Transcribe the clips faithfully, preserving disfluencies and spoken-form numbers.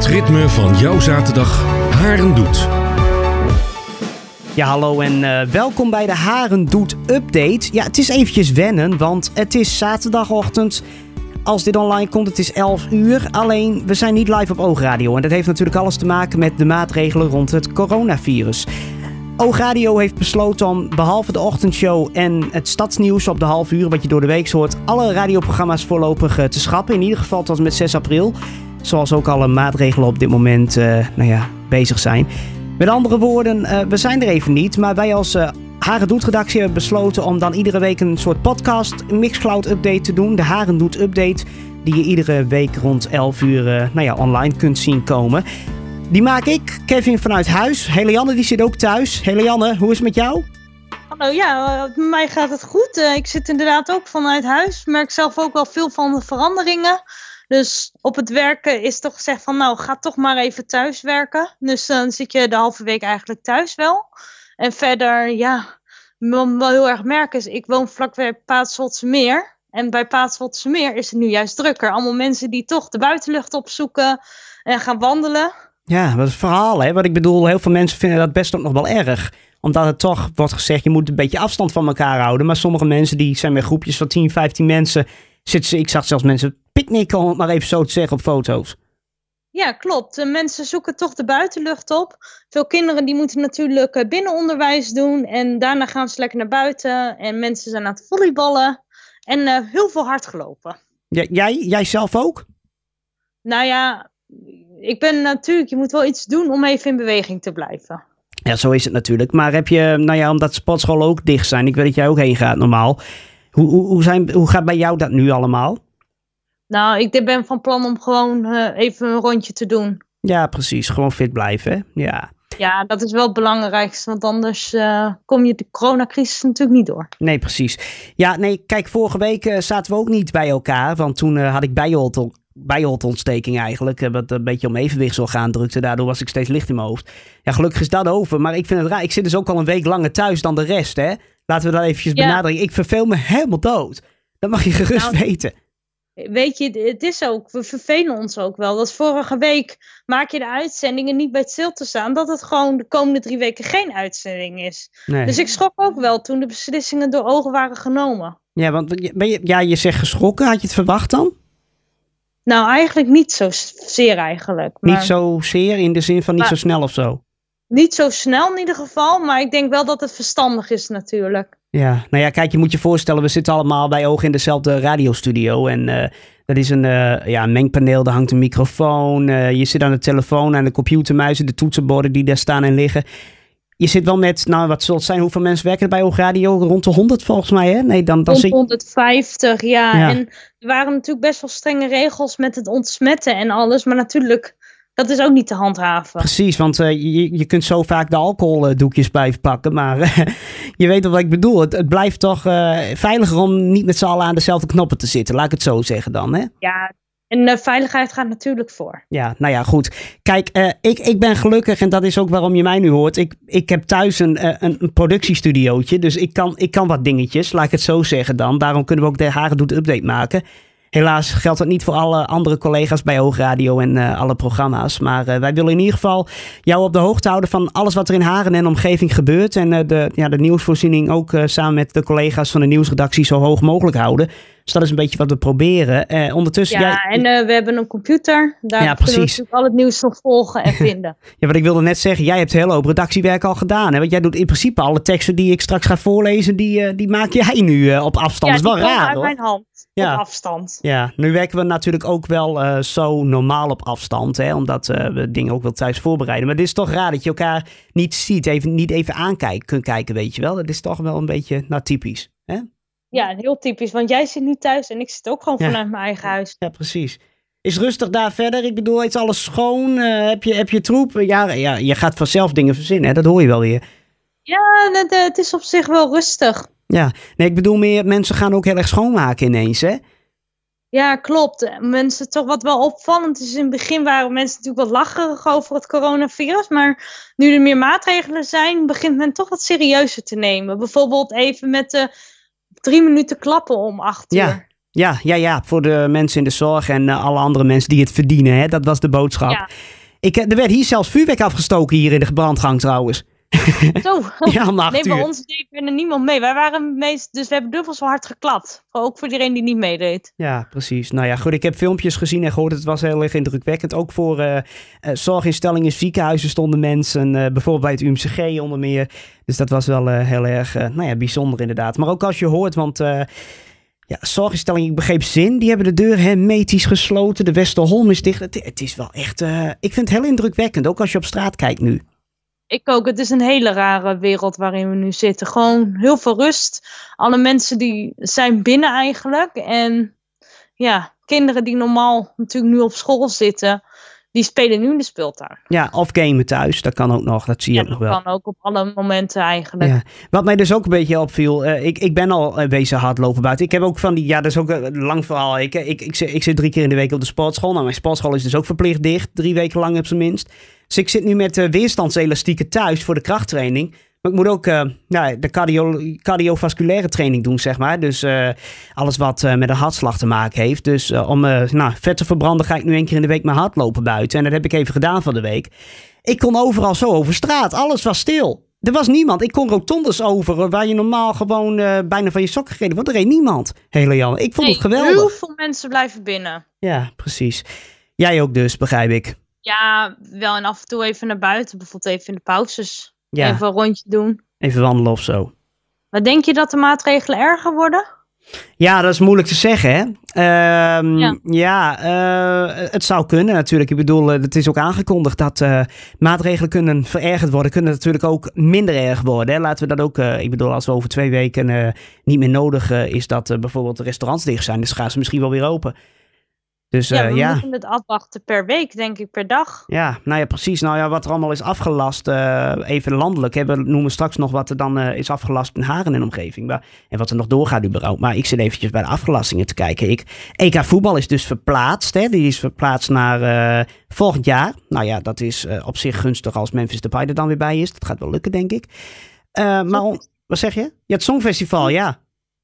Het ritme van jouw zaterdag Haren Doet. Ja, hallo en uh, welkom bij de Haren Doet Update. Ja, het is eventjes wennen, want het is zaterdagochtend. Als dit online komt, het is elf uur. Alleen, we zijn niet live op Oogradio. En dat heeft natuurlijk alles te maken met de maatregelen rond het coronavirus. Oogradio heeft besloten om, behalve de ochtendshow en het stadsnieuws op de half uur, wat je door de week hoort, alle radioprogramma's voorlopig uh, te schrappen. In ieder geval tot met zes april. Zoals ook alle maatregelen op dit moment uh, nou ja, bezig zijn. Met andere woorden, uh, we zijn er even niet. Maar wij als uh, Haren Doet redactie hebben besloten om dan iedere week een soort podcast, een Mixcloud update te doen. De Haren Doet update, die je iedere week rond elf uur uh, nou ja, online kunt zien komen. Die maak ik, Kevin, vanuit huis. Helianne, die zit ook thuis. Helianne, hoe is het met jou? Hallo, ja, met mij gaat het goed. Uh, ik zit inderdaad ook vanuit huis. Ik merk zelf ook wel veel van de veranderingen. Dus op het werken is toch gezegd van, nou, ga toch maar even thuis werken. Dus dan zit je de halve week eigenlijk thuis wel. En verder, ja, wat ik wel heel erg merk is, ik woon vlakbij Paterswoldsmeer. En bij Paterswoldsmeer is het nu juist drukker. Allemaal mensen die toch de buitenlucht opzoeken en gaan wandelen. Ja, dat is het verhaal, hè. Wat ik bedoel, heel veel mensen vinden dat best ook nog wel erg. Omdat het toch wordt gezegd, je moet een beetje afstand van elkaar houden. Maar sommige mensen, die zijn met groepjes van tien, vijftien mensen. Zitten ze, ik zag zelfs mensen picknicken, om het maar even zo te zeggen, op foto's. Ja, klopt. De mensen zoeken toch de buitenlucht op. Veel kinderen die moeten natuurlijk binnenonderwijs doen. En daarna gaan ze lekker naar buiten. En mensen zijn aan het volleyballen. En uh, heel veel hard gelopen. Ja, jij, jij zelf ook? Nou ja, ik ben natuurlijk, je moet wel iets doen om even in beweging te blijven. Ja, zo is het natuurlijk. Maar heb je, nou ja, omdat sportscholen ook dicht zijn. Ik weet dat jij ook heen gaat normaal. Hoe, hoe, hoe, zijn, hoe gaat bij jou dat nu allemaal? Nou, ik ben van plan om gewoon uh, even een rondje te doen. Ja, precies. Gewoon fit blijven, hè? Ja. Ja, dat is wel het belangrijkste. Want anders uh, kom je de coronacrisis natuurlijk niet door. Nee, precies. Ja, nee, kijk, vorige week uh, zaten we ook niet bij elkaar. Want toen uh, had ik bijholt, bijholtontsteking eigenlijk. Uh, wat een beetje om evenwichtsorgaan drukte. Daardoor was ik steeds licht in mijn hoofd. Ja, gelukkig is dat over. Maar ik vind het raar. Ik zit dus ook al een week langer thuis dan de rest, hè? Laten we dat eventjes ja. benadrukken. Ik verveel me helemaal dood. Dat mag je gerust nou, weten. Weet je, het is ook, we vervelen ons ook wel. Dat vorige week maak je de uitzendingen niet bij het stil te staan. Dat het gewoon de komende drie weken geen uitzending is. Nee. Dus ik schrok ook wel toen de beslissingen door ogen waren genomen. Ja, want ben je, ja, je zegt geschrokken. Had je het verwacht dan? Nou, eigenlijk niet zo zeer eigenlijk. Maar... Niet zo zeer in de zin van niet maar... zo snel of zo? Niet zo snel in ieder geval, maar ik denk wel dat het verstandig is natuurlijk. Ja, nou ja, kijk, je moet je voorstellen, we zitten allemaal bij ogen in dezelfde radiostudio. En uh, dat is een, uh, ja, een mengpaneel, daar hangt een microfoon. Uh, je zit aan de telefoon, aan de computermuizen, de toetsenborden die daar staan en liggen. Je zit wel met, nou wat zal het zijn, hoeveel mensen werken er bij Oogradio? Rond de honderd volgens mij, hè? Nee, dan, dan Rond honderdvijftig, ja. ja. En er waren natuurlijk best wel strenge regels met het ontsmetten en alles, maar natuurlijk... Dat is ook niet te handhaven. Precies, want uh, je, je kunt zo vaak de alcoholdoekjes blijven pakken. Maar uh, je weet wat ik bedoel. Het, het blijft toch uh, veiliger om niet met z'n allen aan dezelfde knoppen te zitten. Laat ik het zo zeggen dan, hè? Ja, en de veiligheid gaat natuurlijk voor. Ja, nou ja, goed. Kijk, uh, ik, ik ben gelukkig en dat is ook waarom je mij nu hoort. Ik, ik heb thuis een, uh, een, een productiestudiootje. Dus ik kan, ik kan wat dingetjes, laat ik het zo zeggen dan. Daarom kunnen we ook de Haren Doet update maken. Helaas geldt dat niet voor alle andere collega's bij Oogradio en uh, alle programma's. Maar uh, wij willen in ieder geval jou op de hoogte houden van alles wat er in Haren en omgeving gebeurt. En uh, de, ja, de nieuwsvoorziening ook uh, samen met de collega's van de nieuwsredactie zo hoog mogelijk houden. Dus dat is een beetje wat we proberen. Uh, ondertussen, ja, jij... en uh, we hebben een computer. Daar ja, kunnen we natuurlijk al het nieuws nog volgen en vinden. Ja, wat ik wilde net zeggen. Jij hebt een hele hoop redactiewerk al gedaan. Hè? Want jij doet in principe alle teksten die ik straks ga voorlezen, die, uh, die maak jij nu uh, op afstand. Ja, dat is wel raar, uit hoor. mijn hand. Ja. Op afstand. Ja, nu werken we natuurlijk ook wel uh, zo normaal op afstand. Hè, omdat uh, we dingen ook wel thuis voorbereiden. Maar het is toch raar dat je elkaar niet ziet. Even, niet even aankijken kunt kijken, weet je wel. Dat is toch wel een beetje nou, typisch. Hè? Ja, heel typisch. Want jij zit nu thuis en ik zit ook gewoon ja. vanuit mijn eigen huis. Ja, precies. Is rustig daar verder? Ik bedoel, is alles schoon? Uh, heb, je, heb je troep? Ja, ja, je gaat vanzelf dingen verzinnen. Hè? Dat hoor je wel weer. Ja, het, het is op zich wel rustig. Ja, nee, ik bedoel meer, mensen gaan ook heel erg schoonmaken ineens, hè? Ja, klopt. Mensen, toch wat wel opvallend is, in het begin waren mensen natuurlijk wat lacherig over het coronavirus, maar nu er meer maatregelen zijn, begint men toch wat serieuzer te nemen. Bijvoorbeeld even met de drie minuten klappen om acht uur. Ja, Ja, ja, ja, voor de mensen in de zorg en uh, alle andere mensen die het verdienen. Hè? Dat was de boodschap. Ja. Ik, er werd hier zelfs vuurwerk afgestoken hier in de brandgang trouwens. Zo. Ja, om acht nee, bij uur. ons deed er niemand mee. Wij waren meest, dus we hebben dubbel zo hard geklapt. Ook voor iedereen die niet meedeed. Ja, precies. Nou ja, goed. Ik heb filmpjes gezien en gehoord. Het was heel erg indrukwekkend. Ook voor uh, uh, zorginstellingen, ziekenhuizen stonden mensen. Uh, bijvoorbeeld bij het U M C G onder meer. Dus dat was wel uh, heel erg uh, nou ja, bijzonder inderdaad. Maar ook als je hoort, want... Uh, Ja, zorginstelling, ik begreep zin. Die hebben de deur hermetisch gesloten. De Westerholm is dicht. Het, het is wel echt... Uh, ik vind het heel indrukwekkend. Ook als je op straat kijkt nu. Ik ook. Het is een hele rare wereld waarin we nu zitten. Gewoon heel veel rust. Alle mensen die zijn binnen eigenlijk. En ja, kinderen die normaal natuurlijk nu op school zitten... Die spelen nu in de speeltuin. Ja, of gamen thuis. Dat kan ook nog. Dat zie je ja, ook nog wel. Dat kan ook op alle momenten eigenlijk. Ja. Wat mij dus ook een beetje opviel. Uh, ik, ik ben al uh, bezig hardlopen buiten. Ik heb ook van die... Ja, dat is ook een lang verhaal. Ik, ik, ik, ik, ik zit drie keer in de week op de sportschool. Nou, mijn sportschool is dus ook verplicht dicht. Drie weken lang op zijn minst. Dus ik zit nu met uh, weerstandselastieken thuis voor de krachttraining. Maar ik moet ook uh, nou, de cardio, cardiovasculaire training doen, zeg maar. Dus uh, alles wat uh, met een hartslag te maken heeft. Dus uh, om uh, nou, vet te verbranden ga ik nu één keer in de week mijn hardlopen buiten. En dat heb ik even gedaan van de week. Ik kon overal zo over straat. Alles was stil. Er was niemand. Ik kon rotondes over waar je normaal gewoon uh, bijna van je sokken gereden. Want er reed niemand. Hele Jan. Ik vond nee, het geweldig. Heel veel mensen blijven binnen. Ja, precies. Jij ook dus, begrijp ik. Ja, wel en af en toe even naar buiten. Bijvoorbeeld even in de pauzes. Ja. Even een rondje doen. Even wandelen of zo. Maar denk je dat de maatregelen erger worden? Ja, dat is moeilijk te zeggen, hè. Uh, ja, ja uh, het zou kunnen natuurlijk. Ik bedoel, het is ook aangekondigd dat uh, maatregelen kunnen verergerd worden. Kunnen natuurlijk ook minder erg worden. Hè? Laten we dat ook... Uh, ik bedoel, als we over twee weken uh, niet meer nodig uh, is dat uh, bijvoorbeeld de restaurants dicht zijn. Dus gaan ze misschien wel weer open. Dus, uh, ja, we ja. moeten het afwachten per week, denk ik, per dag. Ja, nou ja, precies. Nou ja, wat er allemaal is afgelast, uh, even landelijk. Hè, we noemen straks nog wat er dan uh, is afgelast in Haren en omgeving. Maar, en wat er nog doorgaat überhaupt. Maar ik zit eventjes bij de afgelastingen te kijken. Ik, E K voetbal is dus verplaatst. Hè, die is verplaatst naar uh, volgend jaar. Nou ja, dat is uh, op zich gunstig als Memphis Depay er dan weer bij is. Dat gaat wel lukken, denk ik. Uh, maar on, wat zeg je? Ja, het Songfestival, ja.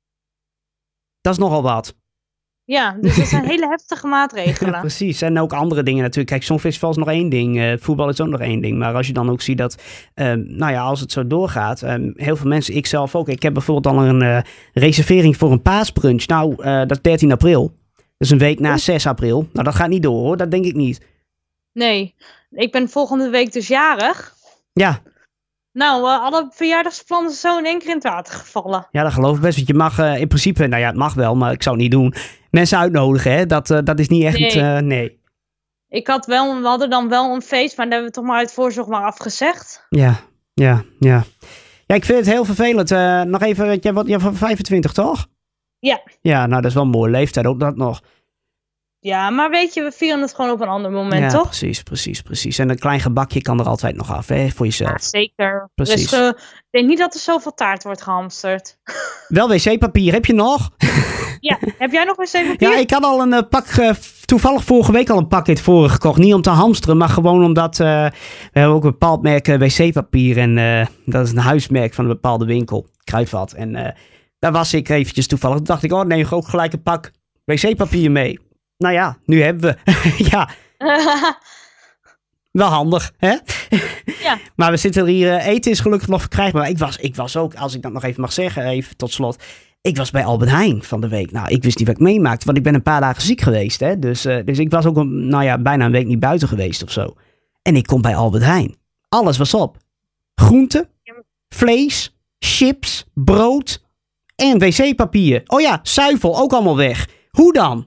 Dat is nogal wat. Ja, dus dat zijn hele heftige maatregelen. Ja, precies. En ook andere dingen natuurlijk. Kijk, Songfestival is nog één ding. Uh, voetbal is ook nog één ding. Maar als je dan ook ziet dat, um, nou ja, als het zo doorgaat. Um, heel veel mensen, ik zelf ook. Ik heb bijvoorbeeld al een uh, reservering voor een paasbrunch. Nou, uh, dat is dertien april. Dus een week na zes april. Nou, dat gaat niet door hoor. Dat denk ik niet. Nee, ik ben volgende week dus jarig. Ja. Nou, uh, alle verjaardagsplannen zijn zo in één keer in het water gevallen. Ja, dat geloof ik best. Want je mag uh, in principe, nou ja, het mag wel, maar ik zou het niet doen. Mensen uitnodigen, hè? Dat, uh, dat is niet echt, nee. Uh, nee. Ik had wel, we hadden dan wel een feest, maar dat hebben we toch maar uit voorzorg maar afgezegd. Ja, ja, ja. Ja, ik vind het heel vervelend. Uh, nog even, jij wordt ja, van vijfentwintig, toch? Ja. Ja, nou, dat is wel een mooie leeftijd, ook dat nog. Ja, maar weet je, we vieren het gewoon op een ander moment, ja, toch? precies, precies, precies. En een klein gebakje kan er altijd nog af, hè, voor jezelf. Ja, zeker. Precies. Dus uh, ik denk niet dat er zoveel taart wordt gehamsterd. Wel wc-papier, heb je nog? Ja, heb jij nog wc-papier? Ja, ik had al een uh, pak, uh, toevallig vorige week al een pakket voor gekocht. Niet om te hamsteren, maar gewoon omdat uh, we hebben ook een bepaald merk uh, wc-papier. En uh, dat is een huismerk van een bepaalde winkel, Kruidvat. En uh, daar was ik eventjes toevallig. Toen dacht ik, oh neem ook gelijk een pak wc-papier mee. Nou ja, nu hebben we. Ja. Wel handig, hè? Ja. Maar we zitten hier, uh, eten is gelukkig nog verkrijgbaar. Maar ik was, ik was ook, als ik dat nog even mag zeggen, even tot slot. Ik was bij Albert Heijn van de week. Nou, ik wist niet wat ik meemaakte, want ik ben een paar dagen ziek geweest. Hè? Dus, uh, dus ik was ook, een, nou ja, bijna een week niet buiten geweest of zo. En ik kom bij Albert Heijn. Alles was op. Groenten, vlees, chips, brood en wc-papier. Oh ja, zuivel, ook allemaal weg. Hoe dan?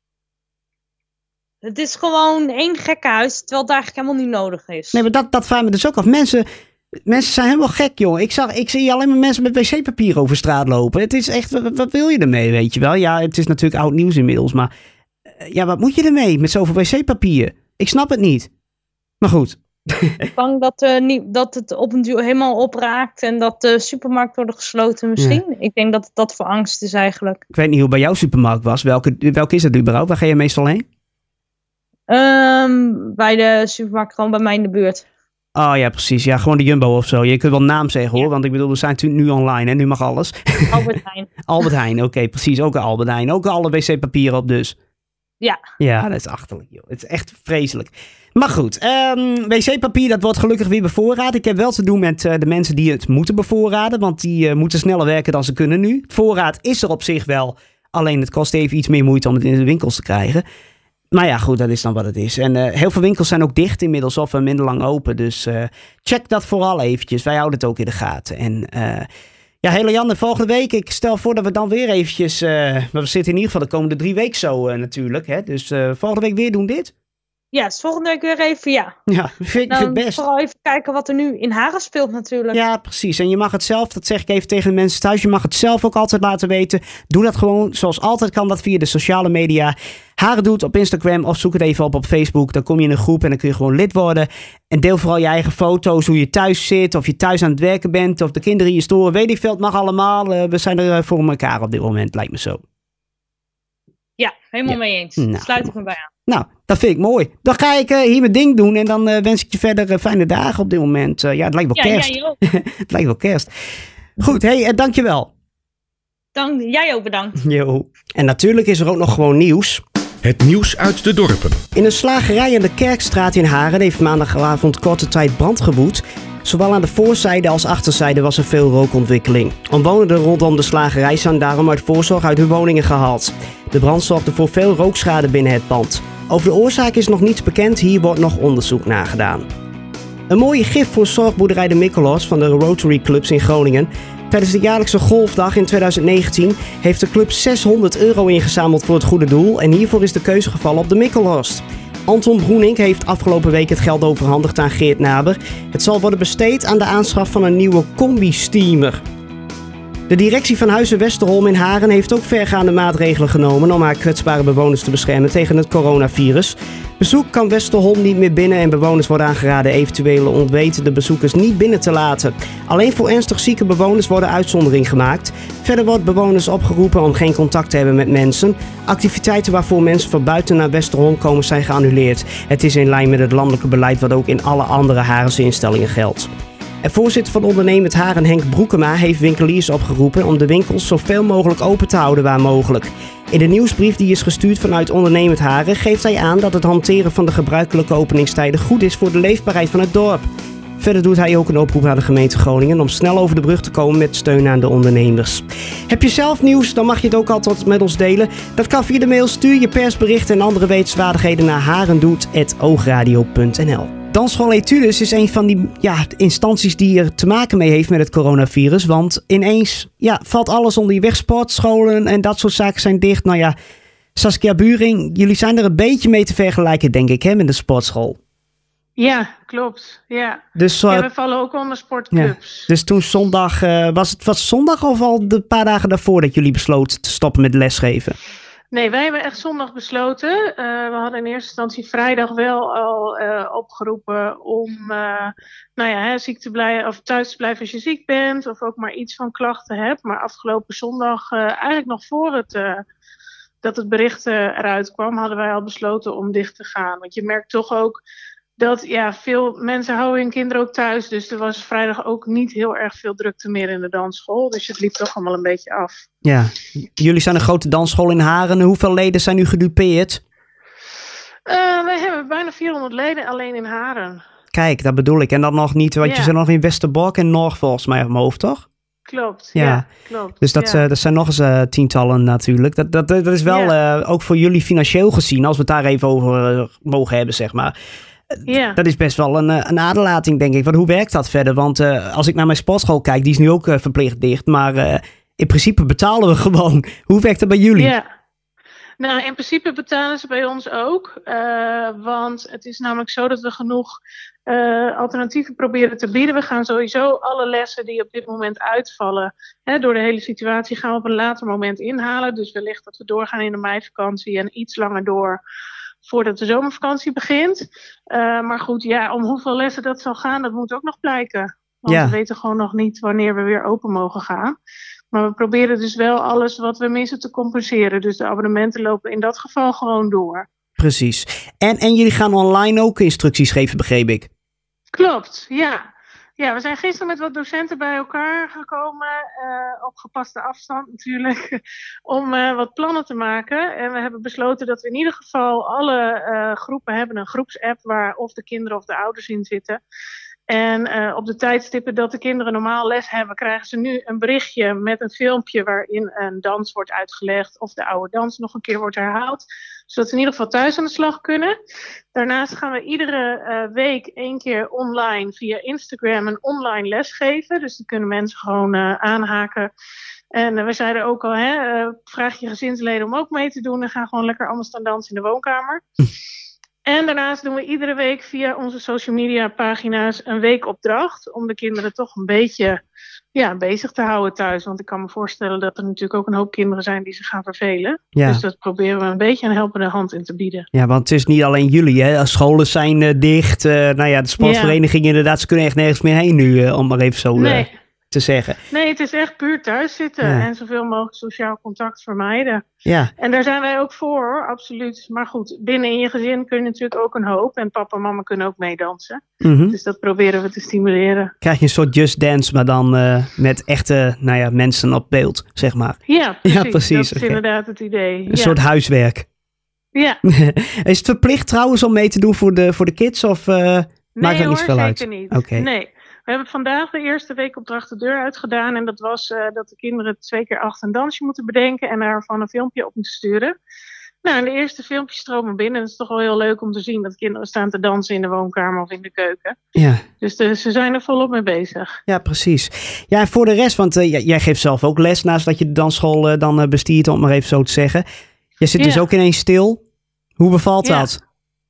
Het is gewoon één gekkenhuis, terwijl het eigenlijk helemaal niet nodig is. Nee, maar dat, dat vraagt me dus ook af. Mensen, mensen zijn helemaal gek, joh. Ik, zag, ik zie alleen maar mensen met wc-papier over straat lopen. Het is echt, wat, wat wil je ermee, weet je wel? Ja, het is natuurlijk oud nieuws inmiddels, maar ja, wat moet je ermee met zoveel wc-papier? Ik snap het niet. Maar goed. Ik ben bang dat, uh, niet, dat het op een duur helemaal opraakt en dat de supermarkten worden gesloten misschien. Ja. Ik denk dat het dat voor angst is eigenlijk. Ik weet niet hoe bij jouw supermarkt was. Welke, welke is dat überhaupt? Waar ga je meestal heen? Um, bij de supermarkt, gewoon bij mij in de buurt. Oh ja, precies. Ja, gewoon de Jumbo of zo. Je kunt wel naam zeggen hoor, Ja. want ik bedoel, we zijn natuurlijk nu online en nu mag alles. Albert Heijn. Albert Heijn, oké, okay, precies. Ook een Albert Heijn. Ook alle wc-papieren op dus. Ja. Ja, dat is achterlijk joh. Het is echt vreselijk. Maar goed, um, wc-papier dat wordt gelukkig weer bevoorraad. Ik heb wel te doen met uh, de mensen die het moeten bevoorraden, want die uh, moeten sneller werken dan ze kunnen nu. Voorraad is er op zich wel, alleen het kost even iets meer moeite om het in de winkels te krijgen. Maar ja, goed, dat is dan wat het is. En uh, heel veel winkels zijn ook dicht inmiddels of uh, minder lang open. Dus uh, check dat vooral eventjes. Wij houden het ook in de gaten. En uh, ja, hele Janne, volgende week, ik stel voor dat we dan weer eventjes... Uh, maar we zitten in ieder geval de komende drie weken zo uh, natuurlijk. Hè? Dus uh, volgende week weer doen dit? Ja, dus volgende week weer even, ja. Ja, vind ik Dan het best. vooral even kijken wat er nu in Haren speelt natuurlijk. Ja, precies. En je mag het zelf, dat zeg ik even tegen de mensen thuis, je mag het zelf ook altijd laten weten. Doe dat gewoon, zoals altijd kan dat via de sociale media. Haren doet op Instagram of zoek het even op op Facebook. Dan kom je in een groep en dan kun je gewoon lid worden. En deel vooral je eigen foto's, hoe je thuis zit, of je thuis aan het werken bent, of de kinderen je storen. Weet ik veel, het mag allemaal. Uh, we zijn er voor elkaar op dit moment, lijkt me zo. Ja, helemaal Ja. mee eens. Nou, Sluit ik me bij aan. Nou, dat vind ik mooi. Dan ga ik uh, hier mijn ding doen en dan uh, wens ik je verder uh, fijne dagen op dit moment. Uh, ja, het lijkt wel Ja, kerst. jij ook. Het lijkt wel kerst. Goed, hé, hey, uh, dankjewel. Dank, jij ook bedankt. Jo. En natuurlijk is er ook nog gewoon nieuws. Het nieuws uit de dorpen. In een slagerij in de Kerkstraat in Haren heeft maandagavond korte tijd brand gewoed. Zowel aan de voorzijde als achterzijde was er veel rookontwikkeling. Omwonenden rondom de slagerij zijn daarom uit voorzorg uit hun woningen gehaald. De brand zorgde voor veel rookschade binnen het pand. Over de oorzaak is nog niets bekend, hier wordt nog onderzoek naar gedaan. Een mooie gift voor zorgboerderij De Mikkelos van de Rotary Clubs in Groningen. Tijdens de jaarlijkse golfdag in twintig negentien heeft de club zeshonderd euro ingezameld voor het goede doel en hiervoor is de keuze gevallen op De Mikkelhorst. Anton Broenink heeft afgelopen week het geld overhandigd aan Geert Naber. Het zal worden besteed aan de aanschaf van een nieuwe combi-steamer. De directie van Huizen Westerholm in Haren heeft ook vergaande maatregelen genomen om haar kwetsbare bewoners te beschermen tegen het coronavirus. Bezoek kan Westerholm niet meer binnen en bewoners worden aangeraden eventuele ontwetende bezoekers niet binnen te laten. Alleen voor ernstig zieke bewoners worden uitzondering gemaakt. Verder wordt bewoners opgeroepen om geen contact te hebben met mensen. Activiteiten waarvoor mensen van buiten naar Westerholm komen zijn geannuleerd. Het is in lijn met het landelijke beleid wat ook in alle andere Harense instellingen geldt. En voorzitter van ondernemend Haren Henk Broekema heeft winkeliers opgeroepen om de winkels zoveel mogelijk open te houden waar mogelijk. In de nieuwsbrief die is gestuurd vanuit ondernemend Haren geeft hij aan dat het hanteren van de gebruikelijke openingstijden goed is voor de leefbaarheid van het dorp. Verder doet hij ook een oproep aan de gemeente Groningen om snel over de brug te komen met steun aan de ondernemers. Heb je zelf nieuws, dan mag je het ook altijd met ons delen. Dat kan via de mail, stuur je persberichten en andere wetenswaardigheden naar harendoet apenstaartje oogradio punt n l. Dansschool Etudes is een van die ja, instanties die er te maken mee heeft met het coronavirus. Want ineens ja, valt alles onder je weg. Sportscholen en dat soort zaken zijn dicht. Nou ja, Saskia Buring, jullie zijn er een beetje mee te vergelijken, denk ik, hè, met de sportschool. Ja, klopt. Ja. Dus, uh, ja, we vallen ook onder sportclubs. Ja. Dus toen zondag, uh, was het was zondag of al de paar dagen daarvoor dat jullie besloten te stoppen met lesgeven? Nee, wij hebben echt zondag besloten. Uh, we hadden in eerste instantie vrijdag wel al uh, opgeroepen om uh, nou ja, hè, ziek te blijven of thuis te blijven als je ziek bent of ook maar iets van klachten hebt. Maar afgelopen zondag, uh, eigenlijk nog voor het, uh, dat het bericht uh, eruit kwam, hadden wij al besloten om dicht te gaan. Want je merkt toch ook dat ja, veel mensen houden hun kinderen ook thuis. Dus er was vrijdag ook niet heel erg veel drukte meer in de dansschool. Dus het liep toch allemaal een beetje af. Ja, jullie zijn een grote dansschool in Haren. Hoeveel leden zijn nu gedupeerd? Uh, wij hebben bijna vierhonderd leden alleen in Haren. Kijk, dat bedoel ik. En dan nog niet, want ja. je zit nog in Westerbork en Norg volgens mij op mijn hoofd, toch? Klopt, ja. ja, klopt. Dus dat, ja. uh, dat zijn nog eens uh, tientallen natuurlijk. Dat, dat, dat is wel ja. uh, ook voor jullie financieel gezien, als we het daar even over uh, mogen hebben, zeg maar. Ja. Dat is best wel een, een aderlating, denk ik. Want hoe werkt dat verder? Want uh, als ik naar mijn sportschool kijk, die is nu ook uh, verplicht dicht. Maar uh, in principe betalen we gewoon. Hoe werkt dat bij jullie? Ja. Nou, in principe betalen ze bij ons ook. Uh, want het is namelijk zo dat we genoeg uh, alternatieven proberen te bieden. We gaan sowieso alle lessen die op dit moment uitvallen, hè, door de hele situatie, gaan we op een later moment inhalen. Dus wellicht dat we doorgaan in de meivakantie en iets langer door voordat de zomervakantie begint. Uh, maar goed, ja, om hoeveel lessen dat zal gaan, dat moet ook nog blijken. Want ja. we weten gewoon nog niet wanneer we weer open mogen gaan. Maar we proberen dus wel alles wat we missen te compenseren. Dus de abonnementen lopen in dat geval gewoon door. Precies. En, en jullie gaan online ook instructies geven, begreep ik? Klopt, ja. Ja, we zijn gisteren met wat docenten bij elkaar gekomen, uh, op gepaste afstand natuurlijk, om uh, wat plannen te maken. En we hebben besloten dat we in ieder geval alle uh, groepen hebben een groepsapp waar of de kinderen of de ouders in zitten. En uh, op de tijdstippen dat de kinderen normaal les hebben, krijgen ze nu een berichtje met een filmpje waarin een dans wordt uitgelegd of de oude dans nog een keer wordt herhaald. Zodat ze in ieder geval thuis aan de slag kunnen. Daarnaast gaan we iedere uh, week één keer online via Instagram een online les geven. Dus dan kunnen mensen gewoon uh, aanhaken. En uh, we zeiden ook al, hè, uh, vraag je gezinsleden om ook mee te doen en ga gewoon lekker allemaal staan dansen in de woonkamer. En daarnaast doen we iedere week via onze social media pagina's een weekopdracht. Om de kinderen toch een beetje ja, bezig te houden thuis. Want ik kan me voorstellen dat er natuurlijk ook een hoop kinderen zijn die zich gaan vervelen. Ja. Dus dat proberen we een beetje een helpende hand in te bieden. Ja, want het is niet alleen jullie, hè. Scholen zijn uh, dicht. Uh, nou ja, de sportverenigingen ja. inderdaad, ze kunnen echt nergens meer heen nu. Uh, om maar even zo uh, nee. te zeggen. Nee, het is echt puur thuis zitten. Ja. En zoveel mogelijk sociaal contact vermijden. Ja. En daar zijn wij ook voor, hoor, absoluut. Maar goed, binnen in je gezin kun je natuurlijk ook een hoop. En papa en mama kunnen ook meedansen. Mm-hmm. Dus dat proberen we te stimuleren. Krijg je een soort Just Dance, maar dan uh, met echte nou ja, mensen op beeld, zeg maar. Ja, precies. Ja, precies. Dat is okay. inderdaad het idee. Een ja. soort huiswerk. Ja. Is het verplicht trouwens om mee te doen voor de, voor de kids? Of uh, nee, maakt dat hoor, niet veel uit? Zeker niet. Okay. Nee. We hebben vandaag de eerste weekopdracht de deur uitgedaan. En dat was uh, dat de kinderen twee keer achter een dansje moeten bedenken. En daarvan een filmpje op moeten sturen. Nou, en de eerste filmpjes stromen binnen. Het is toch wel heel leuk om te zien dat kinderen staan te dansen in de woonkamer of in de keuken. Ja. Dus de, ze zijn er volop mee bezig. Ja, precies. Ja, en voor de rest, want uh, jij geeft zelf ook les naast dat je de dansschool uh, dan uh, bestiert, om het maar even zo te zeggen. Jij zit ja. dus ook ineens stil. Hoe bevalt ja. dat?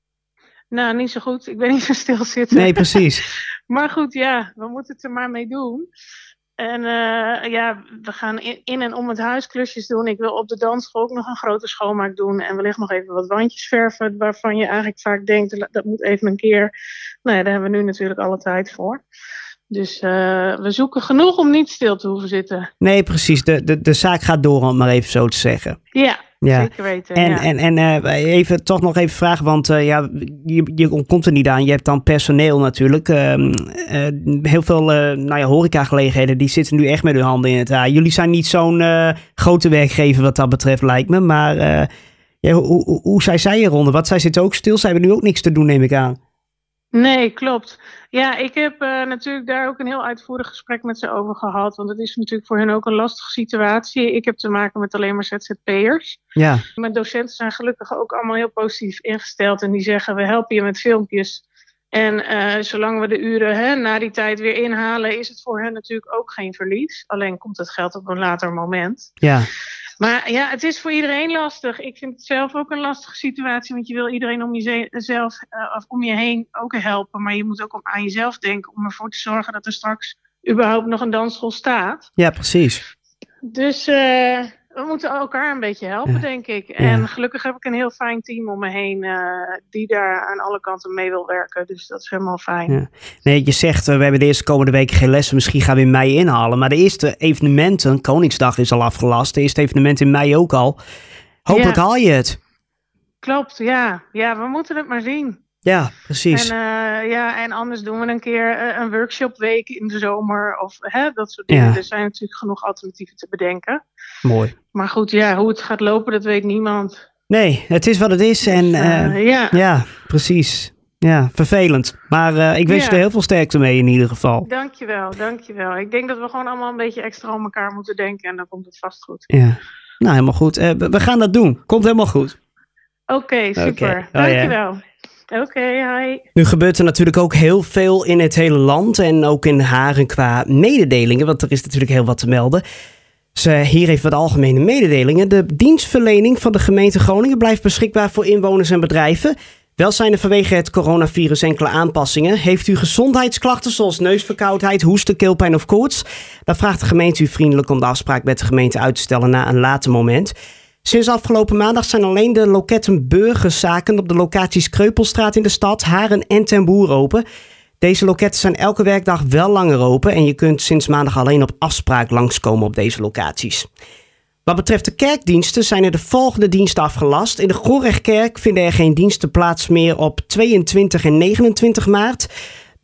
Nou, niet zo goed. Ik ben niet zo stil zitten. Nee, precies. Maar goed, ja, we moeten het er maar mee doen. En uh, ja, we gaan in, in en om het huis klusjes doen. Ik wil op de dansschool ook nog een grote schoonmaak doen. En wellicht nog even wat wandjes verven. Waarvan je eigenlijk vaak denkt, dat moet even een keer. Nou ja, daar hebben we nu natuurlijk alle tijd voor. Dus uh, we zoeken genoeg om niet stil te hoeven zitten. Nee, precies. De, de, de zaak gaat door, om het maar even zo te zeggen. Ja. Ja. Zeker weten, en, ja. En, en uh, even toch nog even vragen, want uh, ja, je, je komt er niet aan. Je hebt dan personeel natuurlijk. Uh, uh, heel veel uh, nou ja, horecagelegenheden, die zitten nu echt met hun handen in het haar. Jullie zijn niet zo'n uh, grote werkgever wat dat betreft, lijkt me. Maar uh, ja, hoe, hoe, hoe zijn zij eronder? Want zij zitten ook stil. Zij hebben nu ook niks te doen, neem ik aan. Nee, klopt. Ja, ik heb uh, natuurlijk daar ook een heel uitvoerig gesprek met ze over gehad. Want het is natuurlijk voor hen ook een lastige situatie. Ik heb te maken met alleen maar Z Z P'ers. Ja. Mijn docenten zijn gelukkig ook allemaal heel positief ingesteld. En die zeggen, we helpen je met filmpjes. En uh, zolang we de uren hè, na die tijd weer inhalen, is het voor hen natuurlijk ook geen verlies. Alleen komt het geld op een later moment. Ja. Maar ja, het is voor iedereen lastig. Ik vind het zelf ook een lastige situatie. Want je wil iedereen om jezelf uh, of om je heen ook helpen. Maar je moet ook aan jezelf denken om ervoor te zorgen dat er straks überhaupt nog een dansschool staat. Ja, precies. Dus uh, we moeten elkaar een beetje helpen, ja. denk ik. En ja. gelukkig heb ik een heel fijn team om me heen uh, die daar aan alle kanten mee wil werken. Dus dat is helemaal fijn. Ja. Nee, je zegt, uh, we hebben de eerste komende weken geen lessen. Misschien gaan we in mei inhalen. Maar de eerste evenementen, Koningsdag is al afgelast. De eerste evenement in mei ook al. Hopelijk ja. haal je het. Klopt, ja. Ja, we moeten het maar zien. Ja, precies. En, uh, ja, en anders doen we een keer uh, een workshopweek in de zomer. Of hè, dat soort dingen. Ja. Er zijn natuurlijk genoeg alternatieven te bedenken. Mooi. Maar goed, ja, hoe het gaat lopen, dat weet niemand. Nee, het is wat het is. En, dus, uh, uh, ja. ja, precies. Ja, vervelend. Maar uh, ik wens ja. je er heel veel sterkte mee in ieder geval. Dankjewel, dankjewel. Ik denk dat we gewoon allemaal een beetje extra aan elkaar moeten denken. En dan komt het vast goed. Ja, nou helemaal goed. Uh, we gaan dat doen. Komt helemaal goed. Oké, okay, super. Okay. Dankjewel. Oh, ja. Oké, okay, hi. Nu gebeurt er natuurlijk ook heel veel in het hele land en ook in Haren qua mededelingen, want er is natuurlijk heel wat te melden. Dus uh, hier even wat algemene mededelingen. De dienstverlening van de gemeente Groningen blijft beschikbaar voor inwoners en bedrijven. Wel zijn er vanwege het coronavirus enkele aanpassingen. Heeft u gezondheidsklachten zoals neusverkoudheid, hoesten, keelpijn of koorts? Dan vraagt de gemeente u vriendelijk om de afspraak met de gemeente uit te stellen naar een later moment. Sinds afgelopen maandag zijn alleen de loketten burgerzaken op de locaties Kreupelstraat in de stad, Haren en Ten Boer open. Deze loketten zijn elke werkdag wel langer open en je kunt sinds maandag alleen op afspraak langskomen op deze locaties. Wat betreft de kerkdiensten zijn er de volgende diensten afgelast. In de Gorechtkerk vinden er geen diensten plaats meer op tweeëntwintig en negenentwintig maart.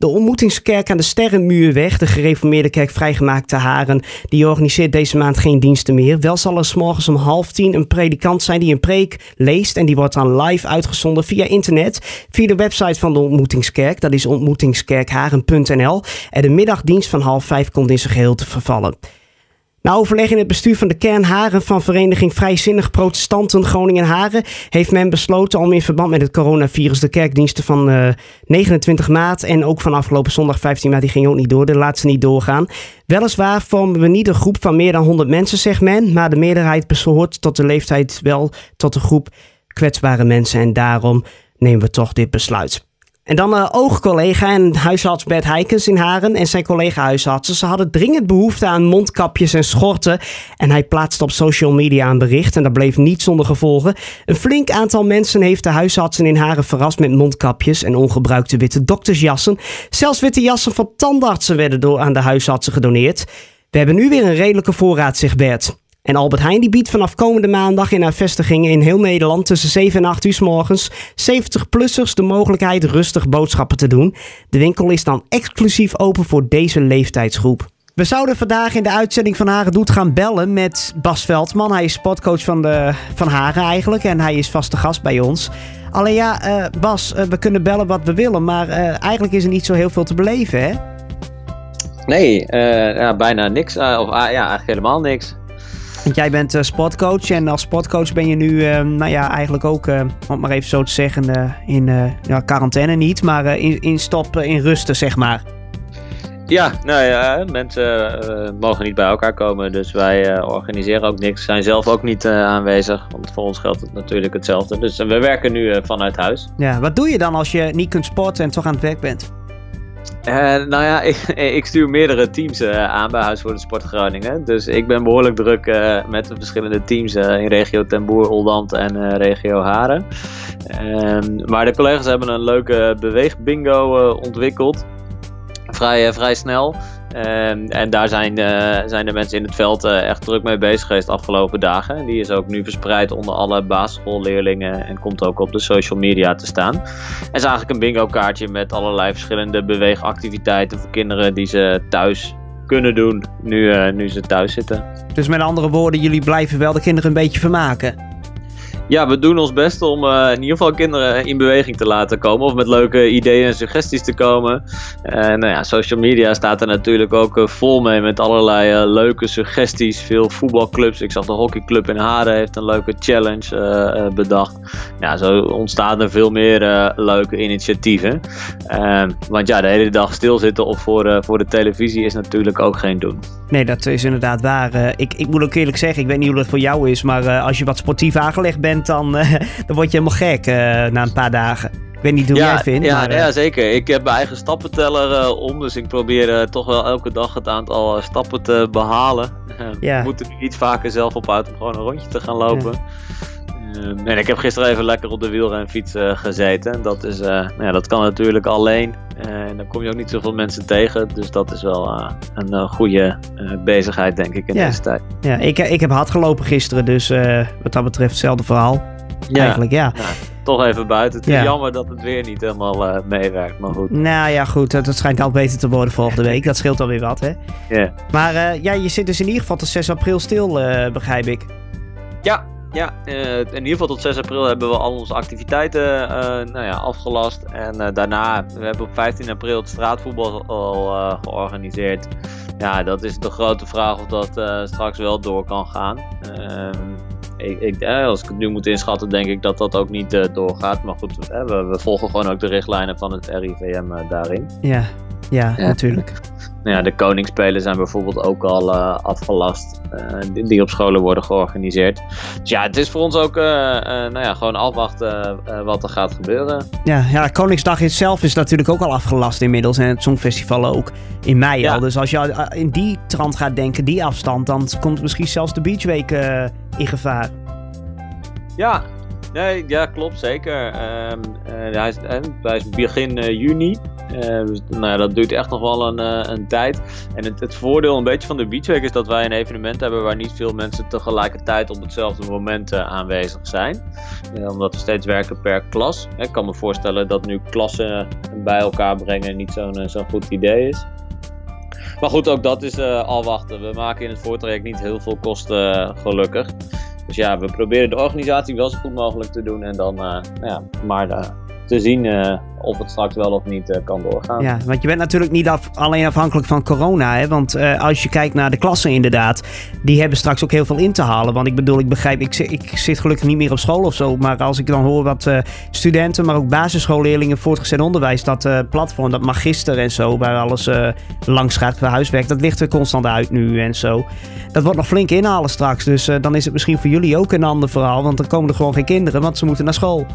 De ontmoetingskerk aan de Sterrenmuurweg, de gereformeerde kerk vrijgemaakt te Haren, die organiseert deze maand geen diensten meer. Wel zal er 's morgens om half tien een predikant zijn die een preek leest en die wordt dan live uitgezonden via internet, via de website van de ontmoetingskerk. Dat is ontmoetingskerkharen punt n l. En de middagdienst van half vijf komt in zijn geheel te vervallen. Na overleg in het bestuur van de kern Haren van Vereniging Vrijzinnig Protestanten Groningen-Haren heeft men besloten om in verband met het coronavirus de kerkdiensten van uh, negenentwintig maart en ook van afgelopen zondag vijftien maart, die ging ook niet door, de laatste niet doorgaan. Weliswaar vormen we niet een groep van meer dan honderd mensen, zegt men, maar de meerderheid behoort tot de leeftijd wel tot de groep kwetsbare mensen en daarom nemen we toch dit besluit. En dan uh, oogcollega en huisarts Bert Heikens in Haren en zijn collega-huisartsen. Ze hadden dringend behoefte aan mondkapjes en schorten. En hij plaatste op social media een bericht en dat bleef niet zonder gevolgen. Een flink aantal mensen heeft de huisartsen in Haren verrast met mondkapjes en ongebruikte witte doktersjassen. Zelfs witte jassen van tandartsen werden door aan de huisartsen gedoneerd. We hebben nu weer een redelijke voorraad, zegt Bert. En Albert Heijn die biedt vanaf komende maandag in haar vestigingen in heel Nederland tussen zeven en acht uur 's morgens zeventig-plussers de mogelijkheid rustig boodschappen te doen. De winkel is dan exclusief open voor deze leeftijdsgroep. We zouden vandaag in de uitzending van Haren Doet gaan bellen met Bas Veldman. Hij is sportcoach van, de, van Haren eigenlijk en hij is vaste gast bij ons. Alleen ja, uh, Bas, uh, we kunnen bellen wat we willen, maar uh, eigenlijk is er niet zo heel veel te beleven, hè? Nee, uh, ja, bijna niks. Uh, of uh, ja, eigenlijk helemaal niks. Want jij bent uh, sportcoach en als sportcoach ben je nu, uh, nou ja, eigenlijk ook, uh, om het maar even zo te zeggen, uh, in uh, ja, quarantaine niet, maar uh, in, in stop, uh, in rusten, zeg maar. Ja, nou ja, mensen uh, mogen niet bij elkaar komen, dus wij uh, organiseren ook niks, zijn zelf ook niet uh, aanwezig, want voor ons geldt het natuurlijk hetzelfde. Dus uh, we werken nu uh, vanuit huis. Ja, wat doe je dan als je niet kunt sporten en toch aan het werk bent? Uh, nou ja, ik, ik stuur meerdere teams uh, aan bij Huis voor de Sport Groningen. Dus ik ben behoorlijk druk uh, met de verschillende teams uh, in regio Ten Boer, Oldambt en uh, regio Haren. Uh, maar de collega's hebben een leuke beweegbingo uh, ontwikkeld. Vrij, uh, vrij snel. Uh, en daar zijn, uh, zijn de mensen in het veld uh, echt druk mee bezig geweest de afgelopen dagen. En die is ook nu verspreid onder alle basisschoolleerlingen en komt ook op de social media te staan. En is eigenlijk een bingo kaartje met allerlei verschillende beweegactiviteiten voor kinderen die ze thuis kunnen doen nu, uh, nu ze thuis zitten. Dus met andere woorden, jullie blijven wel de kinderen een beetje vermaken? Ja, we doen ons best om uh, in ieder geval kinderen in beweging te laten komen. Of met leuke ideeën en suggesties te komen. Uh, nou ja, social media staat er natuurlijk ook uh, vol mee met allerlei uh, leuke suggesties. Veel voetbalclubs. Ik zag de hockeyclub in Haren heeft een leuke challenge uh, uh, bedacht. Ja, zo ontstaan er veel meer uh, leuke initiatieven. Uh, want ja, de hele dag stilzitten of voor, uh, voor de televisie is natuurlijk ook geen doen. Nee, dat is inderdaad waar. Uh, ik, ik moet ook eerlijk zeggen, ik weet niet hoe dat voor jou is, maar uh, als je wat sportief aangelegd bent, dan, uh, dan word je helemaal gek uh, na een paar dagen. Ik weet niet hoe ja, jij het vindt. Ja, maar, uh... ja, zeker. Ik heb mijn eigen stappenteller uh, om, dus ik probeer uh, toch wel elke dag het aantal uh, stappen te behalen. Uh, ja. Ik moet er nu iets vaker zelf op uit om gewoon een rondje te gaan lopen. Ja. Uh, en ik heb gisteren even lekker op de wielrenfiets uh, gezeten. Dat, is, uh, nou ja, dat kan natuurlijk alleen. Uh, en dan kom je ook niet zoveel mensen tegen. Dus dat is wel uh, een uh, goede uh, bezigheid, denk ik, in ja. deze tijd. Ja, ik, ik heb hard gelopen gisteren, dus uh, wat dat betreft hetzelfde verhaal. Ja. Eigenlijk, ja. ja. Toch even buiten. Het is ja. jammer dat het weer niet helemaal uh, meewerkt, maar goed. Nou ja, goed. Het schijnt al beter te worden volgende week. Dat scheelt alweer wat, hè? Ja. Yeah. Maar uh, ja, je zit dus in ieder geval tot zes april stil, uh, begrijp ik. Ja. Ja, uh, in ieder geval tot zes april hebben we al onze activiteiten uh, nou ja, afgelast. En uh, daarna, we hebben op vijftien april het straatvoetbal al uh, georganiseerd. Ja, dat is de grote vraag of dat uh, straks wel door kan gaan. Uh, ik, ik, uh, als ik het nu moet inschatten, denk ik dat dat ook niet uh, doorgaat. Maar goed, uh, we, we volgen gewoon ook de richtlijnen van het R I V M uh, daarin. Ja, ja, ja. natuurlijk. Nou ja, de Koningsspelen zijn bijvoorbeeld ook al uh, afgelast, uh, die, die op scholen worden georganiseerd. Dus ja, het is voor ons ook uh, uh, nou ja, gewoon afwachten uh, wat er gaat gebeuren. Ja, ja, Koningsdag zelf is natuurlijk ook al afgelast inmiddels en het Songfestival ook in mei ja. al. Dus als je in die trant gaat denken, die afstand, dan komt misschien zelfs de Beachweek uh, in gevaar. Ja, nee, ja klopt, zeker. Um, uh, hij, is, hij is begin uh, juni. Uh, dus, nou ja, dat duurt echt nog wel een, uh, een tijd. En het, het voordeel een beetje van de Beachweek is dat wij een evenement hebben waar niet veel mensen tegelijkertijd op hetzelfde moment uh, aanwezig zijn. Uh, omdat we steeds werken per klas. Ik kan me voorstellen dat nu klassen bij elkaar brengen niet zo'n, uh, zo'n goed idee is. Maar goed, ook dat is uh, al wachten. We maken in het voortraject niet heel veel kosten, uh, gelukkig. Dus ja, we proberen de organisatie wel zo goed mogelijk te doen en dan uh, nou ja, maar uh, te zien uh, of het straks wel of niet uh, kan doorgaan. Ja, want je bent natuurlijk niet af, alleen afhankelijk van corona, hè? Want uh, als je kijkt naar de klassen inderdaad, die hebben straks ook heel veel in te halen. Want ik bedoel, ik begrijp, ik, ik zit gelukkig niet meer op school of zo, maar als ik dan hoor wat uh, studenten, maar ook basisschoolleerlingen, voortgezet onderwijs, dat uh, platform, dat Magister en zo, waar alles uh, langs gaat qua huiswerk, dat ligt er constant uit nu en zo. Dat wordt nog flink inhalen straks, dus uh, dan is het misschien voor jullie ook een ander verhaal, want dan komen er gewoon geen kinderen, want ze moeten naar school.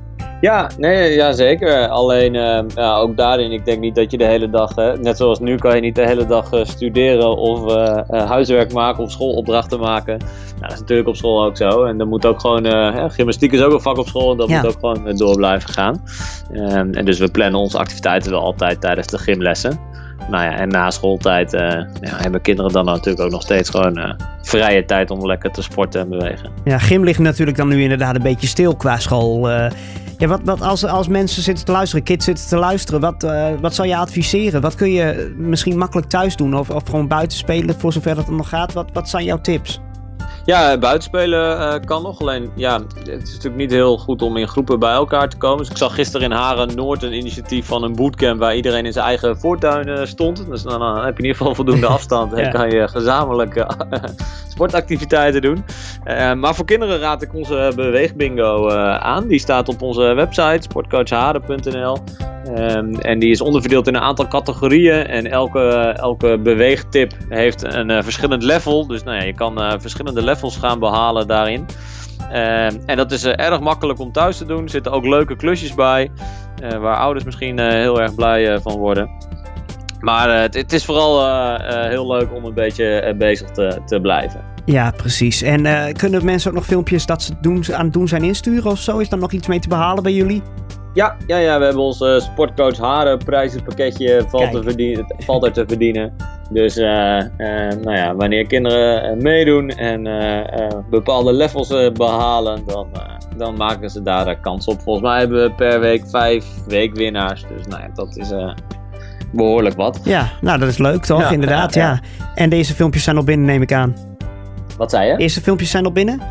Ja, nee, ja, zeker. Alleen uh, ja, ook daarin, ik denk niet dat je de hele dag, hè, net zoals nu kan je niet de hele dag uh, studeren of uh, uh, huiswerk maken of schoolopdrachten maken. Nou, dat is natuurlijk op school ook zo. En dan moet ook gewoon, uh, ja, gymnastiek is ook een vak op school en dat ja. moet ook gewoon uh, door blijven gaan. Uh, en dus we plannen onze activiteiten wel altijd tijdens de gymlessen. Nou ja, en na schooltijd uh, ja, hebben kinderen dan natuurlijk ook nog steeds gewoon uh, vrije tijd om lekker te sporten en bewegen. Ja, gym ligt natuurlijk dan nu inderdaad een beetje stil qua school. Uh, ja, wat, wat als, als mensen zitten te luisteren, kids zitten te luisteren, wat, uh, wat zou je adviseren? Wat kun je misschien makkelijk thuis doen of, of gewoon buiten spelen voor zover dat het nog gaat? Wat, wat zijn jouw tips? Ja, buitenspelen uh, kan nog. Alleen, ja, het is natuurlijk niet heel goed om in groepen bij elkaar te komen. Dus ik zag gisteren in Haren-Noord een initiatief van een bootcamp waar iedereen in zijn eigen voortuin uh, stond. Dus dan, dan heb je in ieder geval voldoende afstand en ja. kan je gezamenlijk uh, sportactiviteiten doen. Uh, maar voor kinderen raad ik onze beweegbingo uh, aan. Die staat op onze website, sportcoach haren punt n l. Um, en die is onderverdeeld in een aantal categorieën. En elke, elke beweegtip heeft een uh, verschillend level. Dus nou ja, je kan uh, verschillende levels gaan behalen daarin. Uh, en dat is uh, erg makkelijk om thuis te doen. Er zitten ook leuke klusjes bij. Uh, waar ouders misschien uh, heel erg blij uh, van worden. Maar uh, het, het is vooral uh, uh, heel leuk om een beetje uh, bezig te, te blijven. Ja, precies. En uh, kunnen mensen ook nog filmpjes dat ze doen, aan het doen zijn insturen of zo? Is daar nog iets mee te behalen bij jullie? Ja, ja, ja, we hebben ons uh, Sportcoach Haren prijzenpakketje valt, te verdienen, valt er te verdienen. Dus uh, uh, nou ja, wanneer kinderen uh, meedoen en uh, uh, bepaalde levels uh, behalen, dan, uh, dan maken ze daar uh, kans op. Volgens mij hebben we per week vijf weekwinnaars. Dus nou ja, dat is uh, behoorlijk wat. Ja, nou dat is leuk toch? Ja, inderdaad, ja. ja. En deze filmpjes zijn al binnen, neem ik aan. Wat zei je? Eerste filmpjes zijn al binnen?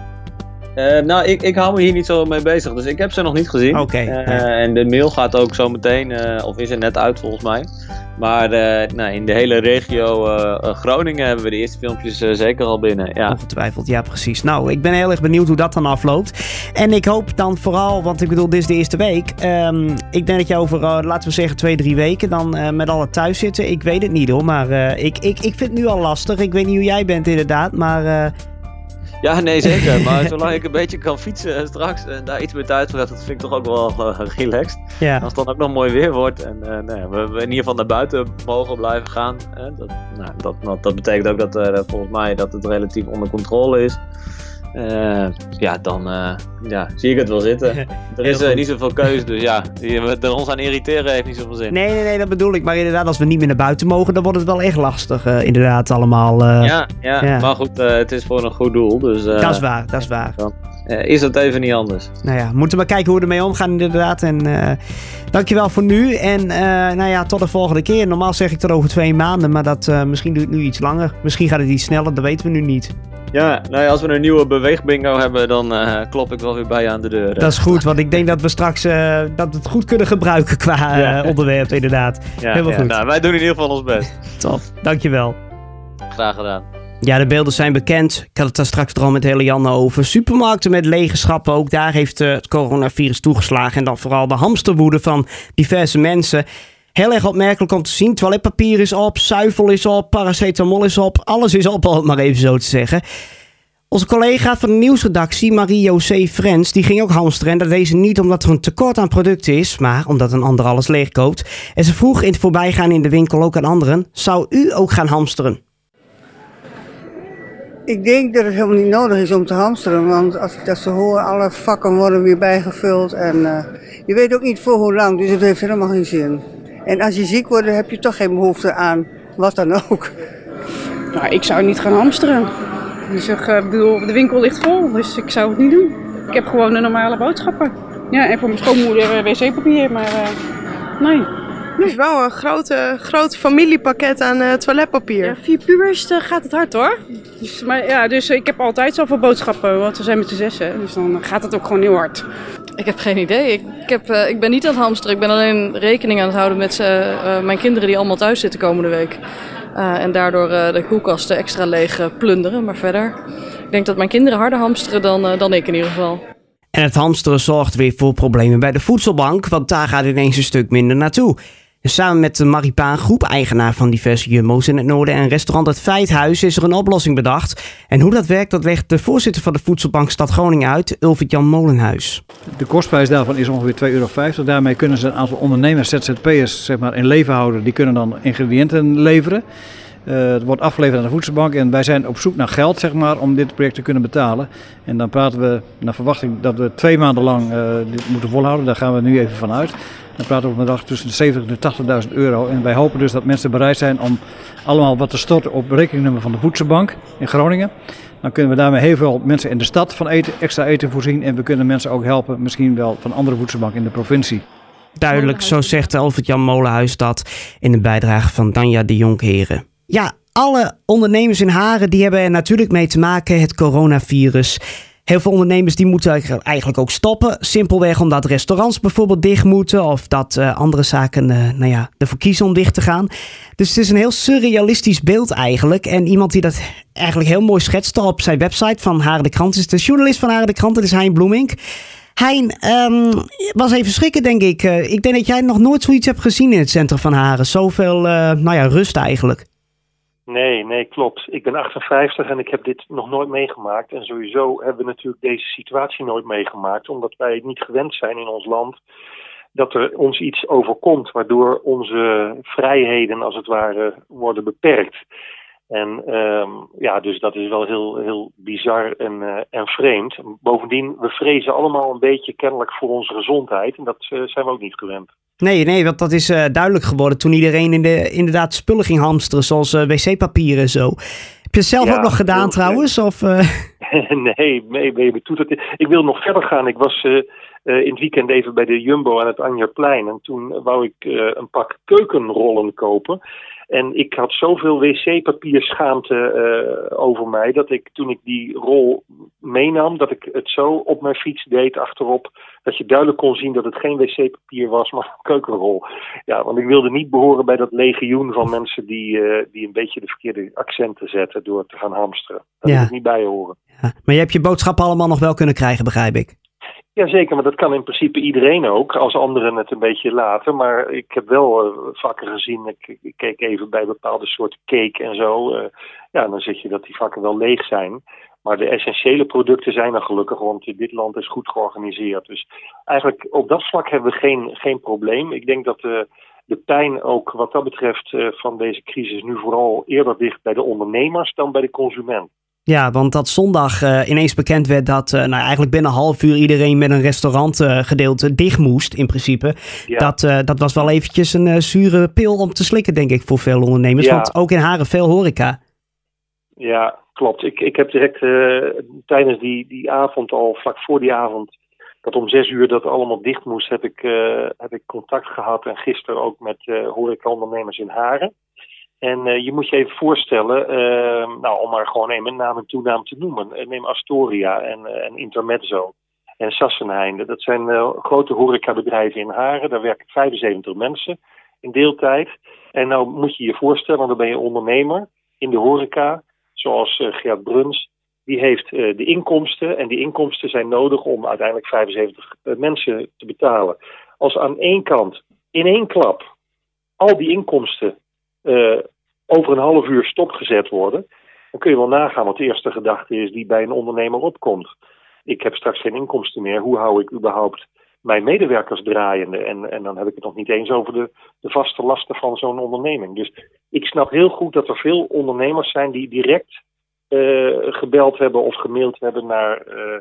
Uh, nou, ik, ik hou me hier niet zo mee bezig, dus ik heb ze nog niet gezien. Oké. Okay, uh, ja. En de mail gaat ook zo meteen, uh, of is er net uit volgens mij. Maar uh, nou, in de hele regio uh, Groningen hebben we de eerste filmpjes uh, zeker al binnen. Ja. Ongetwijfeld, ja precies. Nou, ik ben heel erg benieuwd hoe dat dan afloopt. En ik hoop dan vooral, want ik bedoel, dit is de eerste week. Um, ik denk dat je over, uh, laten we zeggen, twee, drie weken dan uh, met alle thuis zitten. Ik weet het niet hoor, maar uh, ik, ik, ik vind het nu al lastig. Ik weet niet hoe jij bent inderdaad, maar... Uh, Ja, nee, zeker. Maar zolang ik een beetje kan fietsen straks en daar iets meer tijd voor heb, dat vind ik toch ook wel uh, relaxed. Ja. Als het dan ook nog mooi weer wordt en uh, nee, we, we in ieder geval naar buiten mogen blijven gaan. Uh, dat, nou, dat, dat, dat betekent ook dat uh, volgens mij dat het relatief onder controle is. Uh, ja, dan uh, ja, zie ik het wel zitten. Er is uh, niet zoveel keuze, dus ja, er ons aan irriteren heeft niet zoveel zin. Nee, nee, nee, dat bedoel ik. Maar inderdaad, als we niet meer naar buiten mogen, dan wordt het wel echt lastig. Uh, inderdaad, allemaal. Uh, ja, ja, ja, maar goed, uh, het is voor een goed doel. Dus, uh, dat is waar, dat is waar. Dan uh, is het even niet anders. Nou ja, moeten we kijken hoe we ermee omgaan inderdaad. En uh, dankjewel voor nu. En uh, nou ja, tot de volgende keer. Normaal zeg ik dat over twee maanden, maar dat, uh, misschien duurt het nu iets langer. Misschien gaat het iets sneller, dat weten we nu niet. Ja, nou ja, als we een nieuwe beweegbingo hebben, dan uh, klop ik wel weer bij je aan de deur. Dat is goed, want ik denk dat we straks uh, dat we het goed kunnen gebruiken qua uh, ja. onderwerp, inderdaad. Ja, helemaal ja, goed. Nou, wij doen in ieder geval ons best. Top, dankjewel. Graag gedaan. Ja, de beelden zijn bekend. Ik had het daar straks al met Helianne over. Supermarkten met lege schappen. Ook daar heeft uh, het coronavirus toegeslagen. En dan vooral de hamsterwoede van diverse mensen. Heel erg opmerkelijk om te zien. Toiletpapier is op, zuivel is op, paracetamol is op. Alles is op, om het maar even zo te zeggen. Onze collega van de nieuwsredactie, Marie-José Frens, die ging ook hamsteren. En dat deed ze niet omdat er een tekort aan producten is, maar omdat een ander alles leegkoopt. En ze vroeg in het voorbijgaan in de winkel ook aan anderen, zou u ook gaan hamsteren? Ik denk dat het helemaal niet nodig is om te hamsteren, want als ik dat zo hoor, alle vakken worden weer bijgevuld. En uh, je weet ook niet voor hoe lang, dus het heeft helemaal geen zin. En als je ziek wordt, dan heb je toch geen behoefte aan wat dan ook. Nou, ik zou niet gaan hamsteren. Dus ik bedoel, de winkel ligt vol, dus ik zou het niet doen. Ik heb gewoon de normale boodschappen. Ja, en voor mijn schoonmoeder wc-papier, maar uh, nee. Het is wel een grote, groot familiepakket aan uh, toiletpapier. Ja, vier pubers uh, gaat het hard hoor. Dus, maar, ja, dus uh, ik heb altijd zoveel boodschappen, want we zijn met z'n zessen. Dus dan gaat het ook gewoon heel hard. Ik heb geen idee. Ik, ik, heb, uh, ik ben niet aan het hamsteren. Ik ben alleen rekening aan het houden met uh, mijn kinderen die allemaal thuis zitten komende week. Uh, en daardoor uh, de koelkasten extra leeg uh, plunderen. Maar verder, ik denk dat mijn kinderen harder hamsteren dan, uh, dan ik in ieder geval. En het hamsteren zorgt weer voor problemen bij de voedselbank, want daar gaat ineens een stuk minder naartoe. Dus samen met de Maripaan Groep, eigenaar van diverse Jumbo's in het noorden en restaurant Het Feithuis, is er een oplossing bedacht. En hoe dat werkt, dat legt de voorzitter van de voedselbank Stad Groningen uit, Ulfert-Jan Molenhuis. De kostprijs daarvan is ongeveer twee euro vijftig. Daarmee kunnen ze een aantal ondernemers, Z Z P'ers, zeg maar, in leven houden. Die kunnen dan ingrediënten leveren. Uh, het wordt afgeleverd aan de voedselbank en wij zijn op zoek naar geld, zeg maar, om dit project te kunnen betalen. En dan praten we naar verwachting dat we twee maanden lang uh, dit moeten volhouden. Daar gaan we nu even van uit. Dan praten we op een dag tussen de zeventig en tachtigduizend euro. En wij hopen dus dat mensen bereid zijn om allemaal wat te storten op het rekeningnummer van de voedselbank in Groningen. Dan kunnen we daarmee heel veel mensen in de stad van eten, extra eten voorzien. En we kunnen mensen ook helpen, misschien wel van andere voedselbanken in de provincie. Duidelijk, zo zegt Ulfert-Jan Molenhuis dat in de bijdrage van Danja de Jonkheren. Ja, alle ondernemers in Haren die hebben er natuurlijk mee te maken, het coronavirus. Heel veel ondernemers die moeten eigenlijk ook stoppen. Simpelweg omdat restaurants bijvoorbeeld dicht moeten of dat uh, andere zaken uh, nou ja, ervoor kiezen om dicht te gaan. Dus het is een heel surrealistisch beeld eigenlijk. En iemand die dat eigenlijk heel mooi schetste op zijn website van Haren de Krant is de journalist van Haren de Krant, dat is Hein Bloemink. Hein, um, was even schrikken denk ik. Uh, ik denk dat jij nog nooit zoiets hebt gezien in het centrum van Haren. Zoveel uh, nou ja, rust eigenlijk. Nee, nee, klopt. Ik ben achtenvijftig en ik heb dit nog nooit meegemaakt. En sowieso hebben we natuurlijk deze situatie nooit meegemaakt, omdat wij niet gewend zijn in ons land dat er ons iets overkomt, waardoor onze vrijheden als het ware worden beperkt. En um, ja, dus dat is wel heel, heel bizar en, uh, en vreemd. Bovendien, we vrezen allemaal een beetje kennelijk voor onze gezondheid en dat uh, zijn we ook niet gewend. Nee, nee, want dat is uh, duidelijk geworden toen iedereen in de, inderdaad spullen ging hamsteren, zoals uh, wc-papier en zo. Heb je het zelf ja, ook nog gedaan trouwens? Of, uh... nee, nee, nee, betoeterd. Ik wil nog verder gaan. Ik was uh, uh, in het weekend even bij de Jumbo aan het Anjerplein en toen wou ik uh, een pak keukenrollen kopen. En ik had zoveel wc-papierschaamte uh, over mij dat ik toen ik die rol meenam, dat ik het zo op mijn fiets deed achterop, dat je duidelijk kon zien dat het geen wc-papier was, maar een keukenrol. Ja, want ik wilde niet behoren bij dat legioen van mensen die, uh, die een beetje de verkeerde accenten zetten door te gaan hamsteren. Daar wil ik niet bij horen. Ja, maar je hebt je boodschappen allemaal nog wel kunnen krijgen, begrijp ik. Jazeker, maar dat kan in principe iedereen ook, als anderen het een beetje laten. Maar ik heb wel uh, vakken gezien, ik, ik keek even bij bepaalde soorten cake en zo. Uh, ja, dan zie je dat die vakken wel leeg zijn. Maar de essentiële producten zijn er gelukkig, want dit land is goed georganiseerd. Dus eigenlijk op dat vlak hebben we geen, geen probleem. Ik denk dat uh, de pijn ook wat dat betreft uh, van deze crisis nu vooral eerder ligt bij de ondernemers dan bij de consument. Ja, want dat zondag uh, ineens bekend werd dat uh, nou, eigenlijk binnen een half uur iedereen met een restaurantgedeelte uh, dicht moest, in principe. Ja. Dat, uh, dat was wel eventjes een uh, zure pil om te slikken, denk ik, voor veel ondernemers. Ja. Want ook in Haren veel horeca. Ja, klopt. Ik, ik heb direct uh, tijdens die, die avond al, vlak voor die avond, dat om zes uur dat allemaal dicht moest, heb ik, uh, heb ik contact gehad. En gisteren ook met uh, horeca-ondernemers in Haren. En uh, je moet je even voorstellen, uh, nou, om maar gewoon even naam en toenaam te noemen. Uh, neem Astoria en, uh, en Intermezzo en Sassenheinde. Dat zijn uh, grote horecabedrijven in Haren. Daar werken vijfenzeventig mensen in deeltijd. En nou moet je je voorstellen, dan ben je ondernemer in de horeca, zoals uh, Gert Bruns. Die heeft uh, de inkomsten en die inkomsten zijn nodig om uiteindelijk vijfenzeventig uh, mensen te betalen. Als aan één kant, in één klap, al die inkomsten Uh, over een half uur stopgezet worden, dan kun je wel nagaan wat de eerste gedachte is die bij een ondernemer opkomt. Ik heb straks geen inkomsten meer, hoe hou ik überhaupt mijn medewerkers draaiende? En, en dan heb ik het nog niet eens over de, de vaste lasten van zo'n onderneming. Dus ik snap heel goed dat er veel ondernemers zijn die direct uh, gebeld hebben of gemaild hebben naar uh,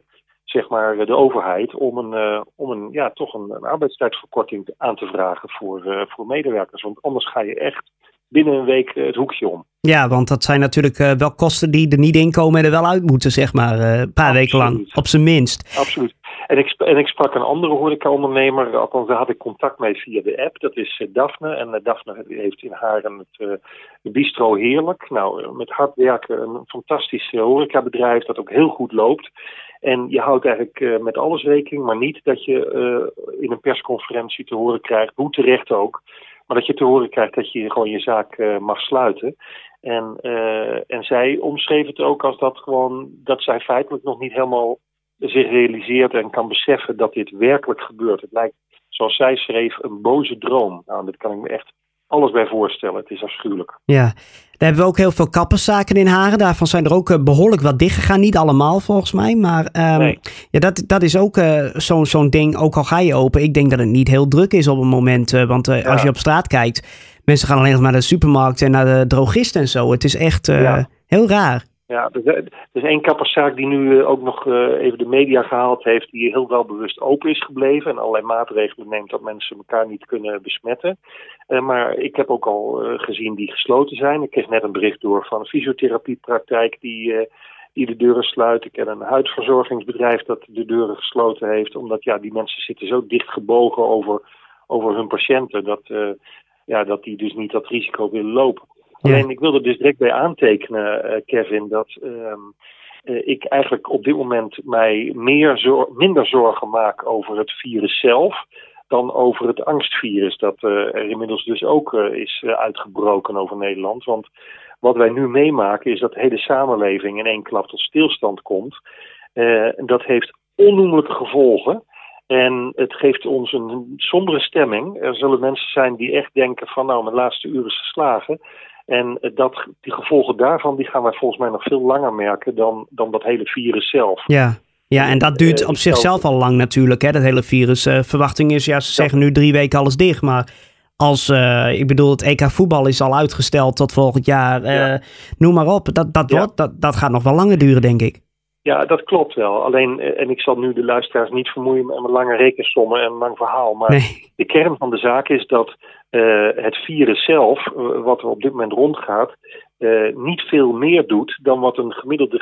zeg maar, de overheid om een, uh, om een ja, toch een, een arbeidstijdverkorting aan te vragen voor, uh, voor medewerkers. Want anders ga je echt binnen een week uh, het hoekje om. Ja, want dat zijn natuurlijk uh, wel kosten die er niet inkomen en er wel uit moeten, zeg maar, uh, een paar Absoluut. weken lang, op zijn minst. Absoluut. En ik, en ik sprak een andere horeca-ondernemer, althans daar had ik contact mee via de app. Dat is uh, Daphne. En uh, Daphne heeft in Haren het uh, bistro Heerlijk. Nou, uh, met hard werken een fantastisch uh, horecabedrijf dat ook heel goed loopt. En je houdt eigenlijk uh, met alles rekening, maar niet dat je uh, in een persconferentie te horen krijgt, hoe terecht ook, maar dat je te horen krijgt dat je gewoon je zaak uh, mag sluiten. En, uh, en zij omschreef het ook als dat gewoon, dat zij feitelijk nog niet helemaal zich realiseert en kan beseffen dat dit werkelijk gebeurt. Het lijkt, zoals zij schreef, een boze droom. Nou, dat kan ik me echt alles bij voorstellen. Het is afschuwelijk. Ja, daar hebben we ook heel veel kapperszaken in Haren. Daarvan zijn er ook uh, behoorlijk wat dichtgegaan. Niet allemaal volgens mij, maar um, nee. ja, dat, dat is ook uh, zo'n zo'n ding. Ook al ga je open, ik denk dat het niet heel druk is op een moment. Uh, want uh, ja. als je op straat kijkt, mensen gaan alleen nog naar de supermarkt en naar de drogist en zo. Het is echt uh, ja. heel raar. Ja, er is één kapperszaak die nu uh, ook nog uh, even de media gehaald heeft, die heel welbewust open is gebleven en allerlei maatregelen neemt dat mensen elkaar niet kunnen besmetten. Uh, maar ik heb ook al uh, gezien die gesloten zijn. Ik kreeg net een bericht door van een fysiotherapiepraktijk die, uh, die de deuren sluit. Ik ken een huidverzorgingsbedrijf dat de deuren gesloten heeft, omdat ja, die mensen zitten zo dicht gebogen over, over hun patiënten, dat, uh, ja, dat die dus niet dat risico willen lopen. Ja. Alleen ik wil er dus direct bij aantekenen, uh, Kevin, dat um, uh, ik eigenlijk op dit moment mij meer zor- minder zorgen maak over het virus zelf dan over het angstvirus dat uh, er inmiddels dus ook uh, is uh, uitgebroken over Nederland. Want wat wij nu meemaken is dat de hele samenleving in één klap tot stilstand komt. Uh, dat heeft onnoemelijke gevolgen. En het geeft ons een sombere stemming. Er zullen mensen zijn die echt denken van nou, mijn laatste uur is geslagen. En dat, die gevolgen daarvan die gaan wij volgens mij nog veel langer merken dan, dan dat hele virus zelf. Ja, ja en dat duurt op uh, zichzelf al lang natuurlijk, hè, dat hele virus. Uh, verwachting is, ja, ze zeggen nu drie weken alles dicht. Maar als, uh, ik bedoel, het E K voetbal is al uitgesteld tot volgend jaar. Uh, ja. Noem maar op, dat, dat, ja. wordt, dat, dat gaat nog wel langer duren, denk ik. Ja, dat klopt wel. Alleen, en ik zal nu de luisteraars niet vermoeien met een lange rekensommen en een lang verhaal. Maar nee. De kern van de zaak is dat uh, het virus zelf, uh, wat er op dit moment rondgaat, uh, niet veel meer doet dan wat een gemiddelde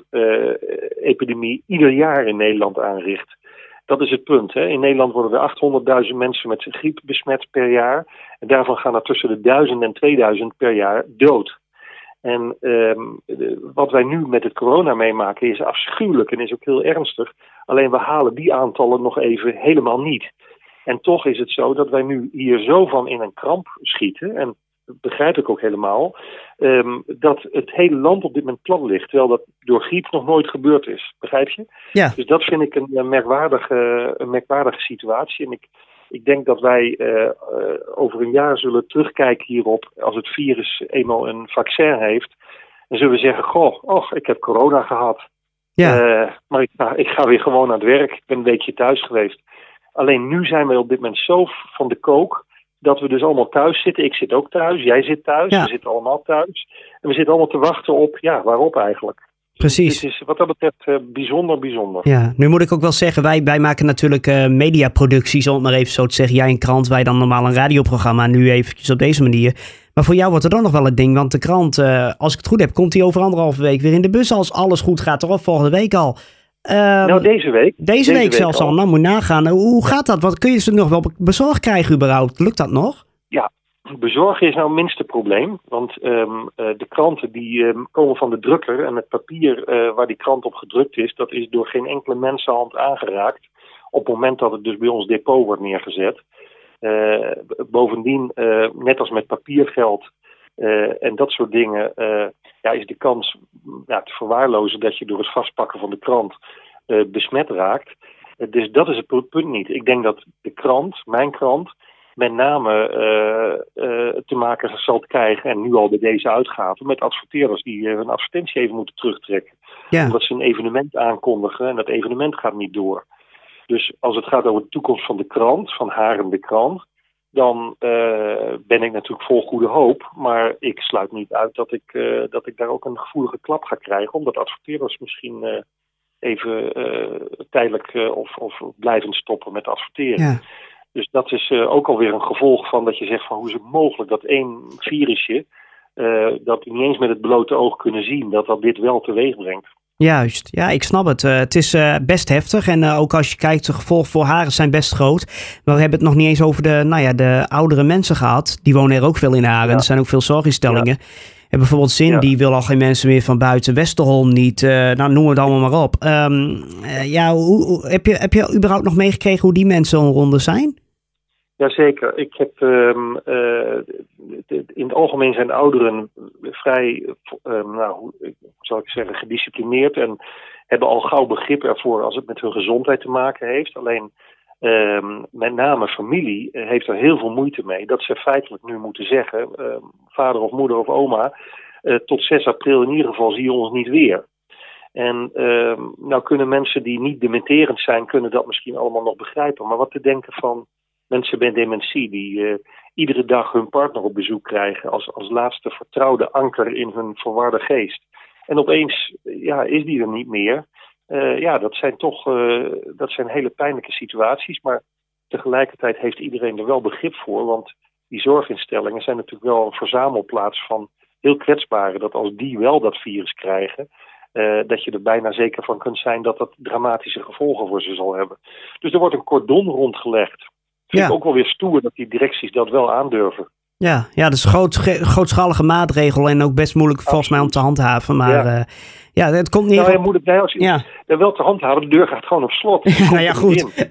griepepidemie uh, ieder jaar in Nederland aanricht. Dat is het punt. Hè. In Nederland worden er achthonderdduizend mensen met griep besmet per jaar. En daarvan gaan er tussen de duizend en tweeduizend per jaar dood. En um, de, wat wij nu met het corona meemaken is afschuwelijk en is ook heel ernstig. Alleen we halen die aantallen nog even helemaal niet. En toch is het zo dat wij nu hier zo van in een kramp schieten. En dat begrijp ik ook helemaal. Um, dat het hele land op dit moment plat ligt. Terwijl dat door griep nog nooit gebeurd is. Begrijp je? Ja. Dus dat vind ik een, een, merkwaardige, een merkwaardige situatie. En ik... Ik denk dat wij uh, uh, over een jaar zullen terugkijken hierop als het virus eenmaal een vaccin heeft. En zullen we zeggen, goh, oh, ik heb corona gehad. Ja. Uh, maar ik ga, ik ga weer gewoon aan het werk. Ik ben een weekje thuis geweest. Alleen nu zijn we op dit moment zo van de kook dat we dus allemaal thuis zitten. Ik zit ook thuis, jij zit thuis, ja. We zitten allemaal thuis. En we zitten allemaal te wachten op, ja, waarop eigenlijk? Precies. Het is wat dat betreft uh, bijzonder, bijzonder. Ja, nu moet ik ook wel zeggen, wij, wij maken natuurlijk uh, mediaproducties, om het maar even zo te zeggen. Jij een krant, wij dan normaal een radioprogramma, nu eventjes op deze manier. Maar voor jou wordt er dan nog wel het ding, want de krant, uh, als ik het goed heb, komt die over anderhalve week weer in de bus als alles goed gaat, toch? Of volgende week al? Uh, nou, deze week. Deze, deze week, week zelfs al. al. Nou, moet je nagaan. Hoe gaat dat? Wat kun je ze nog wel bezorgd krijgen überhaupt? Lukt dat nog? Ja. Bezorgen is nou het minste probleem, want um, uh, de kranten die um, komen van de drukker en het papier uh, waar die krant op gedrukt is, dat is door geen enkele mensenhand aangeraakt op het moment dat het dus bij ons depot wordt neergezet. Uh, bovendien, uh, net als met papiergeld uh, en dat soort dingen, uh, ja, is de kans ja, te verwaarlozen dat je door het vastpakken van de krant uh, besmet raakt. Uh, dus dat is het punt niet. Ik denk dat de krant, mijn krant, met name uh, uh, te maken zal krijgen, en nu al bij deze uitgave, met adverteerders die uh, hun advertentie even moeten terugtrekken. Ja. Omdat ze een evenement aankondigen en dat evenement gaat niet door. Dus als het gaat over de toekomst van de krant, van Haren de krant, dan uh, ben ik natuurlijk vol goede hoop. Maar ik sluit niet uit dat ik, uh, dat ik daar ook een gevoelige klap ga krijgen, omdat adverteerders misschien uh, even uh, tijdelijk uh, of, of blijvend stoppen met adverteren. Ja. Dus dat is uh, ook alweer een gevolg van dat je zegt van hoe is het mogelijk dat één virusje, uh, dat we niet eens met het blote oog kunnen zien, dat dat dit wel teweeg brengt. Juist, ja, ik snap het. Uh, het is uh, best heftig en uh, ook als je kijkt, de gevolgen voor haren zijn best groot. Maar we hebben het nog niet eens over de, nou ja, de oudere mensen gehad. Die wonen er ook veel in Haren. Ja. Er zijn ook veel zorginstellingen. Ja. En bijvoorbeeld Zin, ja. die wil al geen mensen meer van buiten Westerholm niet. Uh, nou, noem het allemaal maar op. Um, uh, ja, hoe, hoe, heb, je, heb je überhaupt nog meegekregen hoe die mensen omronden zijn? Jazeker. Ik heb um, uh, in het algemeen zijn ouderen vrij, um, nou, hoe zal ik zeggen, gedisciplineerd en hebben al gauw begrip ervoor als het met hun gezondheid te maken heeft. Alleen um, met name familie heeft er heel veel moeite mee dat ze feitelijk nu moeten zeggen, um, vader of moeder of oma, uh, tot zes april in ieder geval zie je ons niet weer. En um, nou kunnen mensen die niet dementerend zijn, kunnen dat misschien allemaal nog begrijpen. Maar wat te denken van mensen met dementie die uh, iedere dag hun partner op bezoek krijgen als, als laatste vertrouwde anker in hun verwarde geest. En opeens ja, is die er niet meer. Uh, ja, dat zijn toch uh, dat zijn hele pijnlijke situaties. Maar tegelijkertijd heeft iedereen er wel begrip voor. Want die zorginstellingen zijn natuurlijk wel een verzamelplaats van heel kwetsbaren. Dat als die wel dat virus krijgen, Uh, dat je er bijna zeker van kunt zijn dat dat dramatische gevolgen voor ze zal hebben. Dus er wordt een cordon rondgelegd. Vind ja. ik ook wel weer stoer dat die directies dat wel aandurven. Ja, ja, dat is een groot, grootschalige maatregel en ook best moeilijk volgens mij om te handhaven. Maar ja, uh, ja het komt niet... Nou ja, moet het bij als je ja. er wel te handhaven, de deur gaat gewoon op slot. nou ja, goed.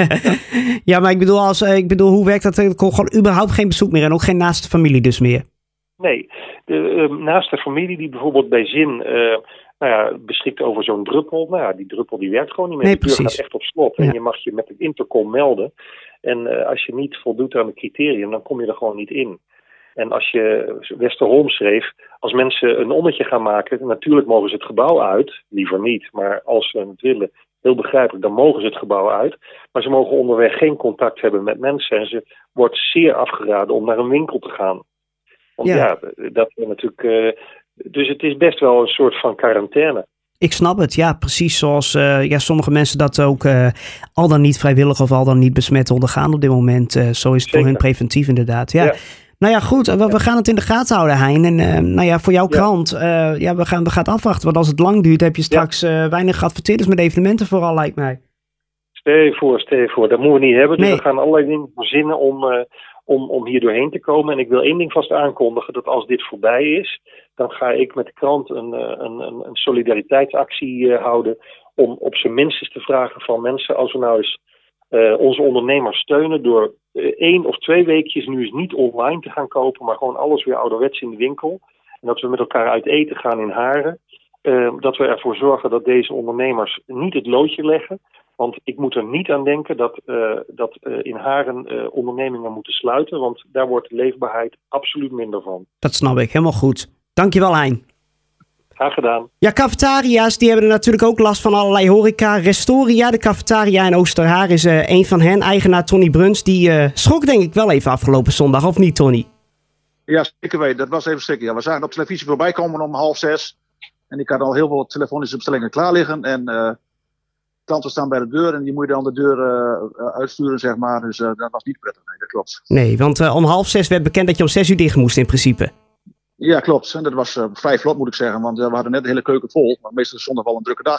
ja. ja, maar ik bedoel, als, ik bedoel, hoe werkt dat? Er komt gewoon überhaupt geen bezoek meer en ook geen naaste familie dus meer. Nee, de uh, naaste familie die bijvoorbeeld bij Zin uh, nou ja, beschikt over zo'n druppel. Nou ja, die druppel die werkt gewoon niet meer. Nee, de deur precies. gaat echt op slot. Ja. En je mag je met het intercom melden. En uh, als je niet voldoet aan het criterium, dan kom je er gewoon niet in. En als je Westerholm schreef, als mensen een ommetje gaan maken, natuurlijk mogen ze het gebouw uit. Liever niet, maar als ze het willen, heel begrijpelijk, dan mogen ze het gebouw uit. Maar ze mogen onderweg geen contact hebben met mensen. En ze wordt zeer afgeraden om naar een winkel te gaan. Want ja, ja dat is natuurlijk... Uh, dus het is best wel een soort van quarantaine. Ik snap het, ja, precies zoals uh, ja, sommige mensen dat ook uh, al dan niet vrijwillig of al dan niet besmet ondergaan op dit moment. Uh, zo is het Zeker. Voor hun preventief inderdaad. Ja. Ja. Nou ja, goed, we, we gaan het in de gaten houden, Hein. En uh, nou ja, voor jouw ja. krant, uh, ja, we gaan, we gaan het afwachten. Want als het lang duurt, heb je straks uh, weinig geadverteerders met evenementen vooral, lijkt mij. Stel je voor, stel je voor. Dat moeten we niet hebben. Dus nee. we gaan allerlei dingen verzinnen om... Uh, Om, om hier doorheen te komen. En ik wil één ding vast aankondigen, dat als dit voorbij is, dan ga ik met de krant een, een, een, een solidariteitsactie uh, houden om op zijn minstens te vragen van mensen, als we nou eens uh, onze ondernemers steunen door uh, één of twee weekjes nu eens niet online te gaan kopen, maar gewoon alles weer ouderwets in de winkel. En dat we met elkaar uit eten gaan in Haren. Uh, dat we ervoor zorgen dat deze ondernemers niet het loodje leggen. Want ik moet er niet aan denken dat, uh, dat uh, in Haren uh, ondernemingen moeten sluiten. Want daar wordt de leefbaarheid absoluut minder van. Dat snap ik, helemaal goed. Dankjewel, Hein. Graag gedaan. Ja, cafetaria's die hebben er natuurlijk ook last van allerlei horeca. Restoria, de cafetaria in Oosterhaar, is uh, een van hen. Eigenaar Tony Bruns, die uh, schrok denk ik wel even afgelopen zondag. Of niet, Tony? Ja, zeker weten. Dat was even schrikken. Ja, we zagen op televisie voorbij komen om half zes. En ik had al heel veel telefonische bestellingen klaar liggen. En... Uh, klanten staan bij de deur en die moet je dan de deur uh, uitsturen, zeg maar. Dus uh, dat was niet prettig, nee, dat klopt. Nee, want uh, om half zes werd bekend dat je om zes uur dicht moest in principe. Ja, klopt. En dat was uh, vrij vlot, moet ik zeggen. Want uh, we hadden net de hele keuken vol. Maar meestal is zondag wel een drukke dag.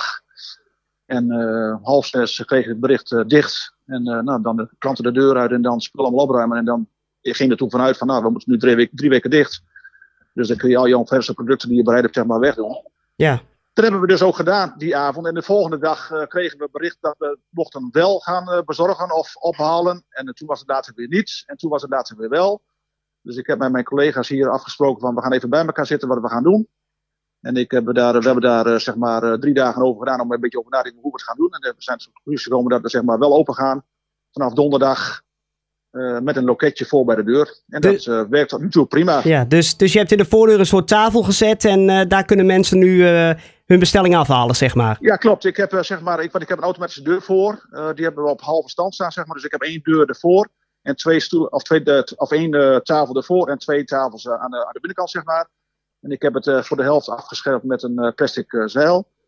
En uh, half zes kreeg ik het bericht uh, dicht. En uh, nou, dan de klanten de deur uit en dan spullen allemaal opruimen. En dan ging er toen vanuit van, nou, we moeten nu drie weken, drie weken dicht. Dus dan kun je al je verse producten die je bereid hebt, zeg maar, wegdoen. Ja. Dat hebben we dus ook gedaan die avond. En de volgende dag uh, kregen we bericht dat we mochten wel gaan uh, bezorgen of ophalen. En uh, toen was het later weer niet. En toen was het later weer wel. Dus ik heb met mijn collega's hier afgesproken van we gaan even bij elkaar zitten wat we gaan doen. En ik heb daar, we hebben daar uh, zeg maar uh, drie dagen over gedaan om een beetje over na te denken hoe we het gaan doen. En we zijn tot de conclusie gekomen dat we zeg maar wel open gaan vanaf donderdag. Uh, met een loketje voor bij de deur. En de... dat uh, werkt tot nu toe prima. Ja, dus, dus je hebt in de voordeur een soort tafel gezet en uh, daar kunnen mensen nu uh, hun bestelling afhalen, zeg maar. Ja, klopt. Ik heb, uh, zeg maar, ik, want ik heb een automatische deur voor. Uh, die hebben we op halve stand staan, zeg maar. Dus ik heb één deur ervoor en twee stoelen, of, twee, uh, of één uh, tafel ervoor en twee tafels uh, aan, de, aan de binnenkant, zeg maar. En ik heb het uh, voor de helft afgescherpt met een uh, plastic uh, zeil.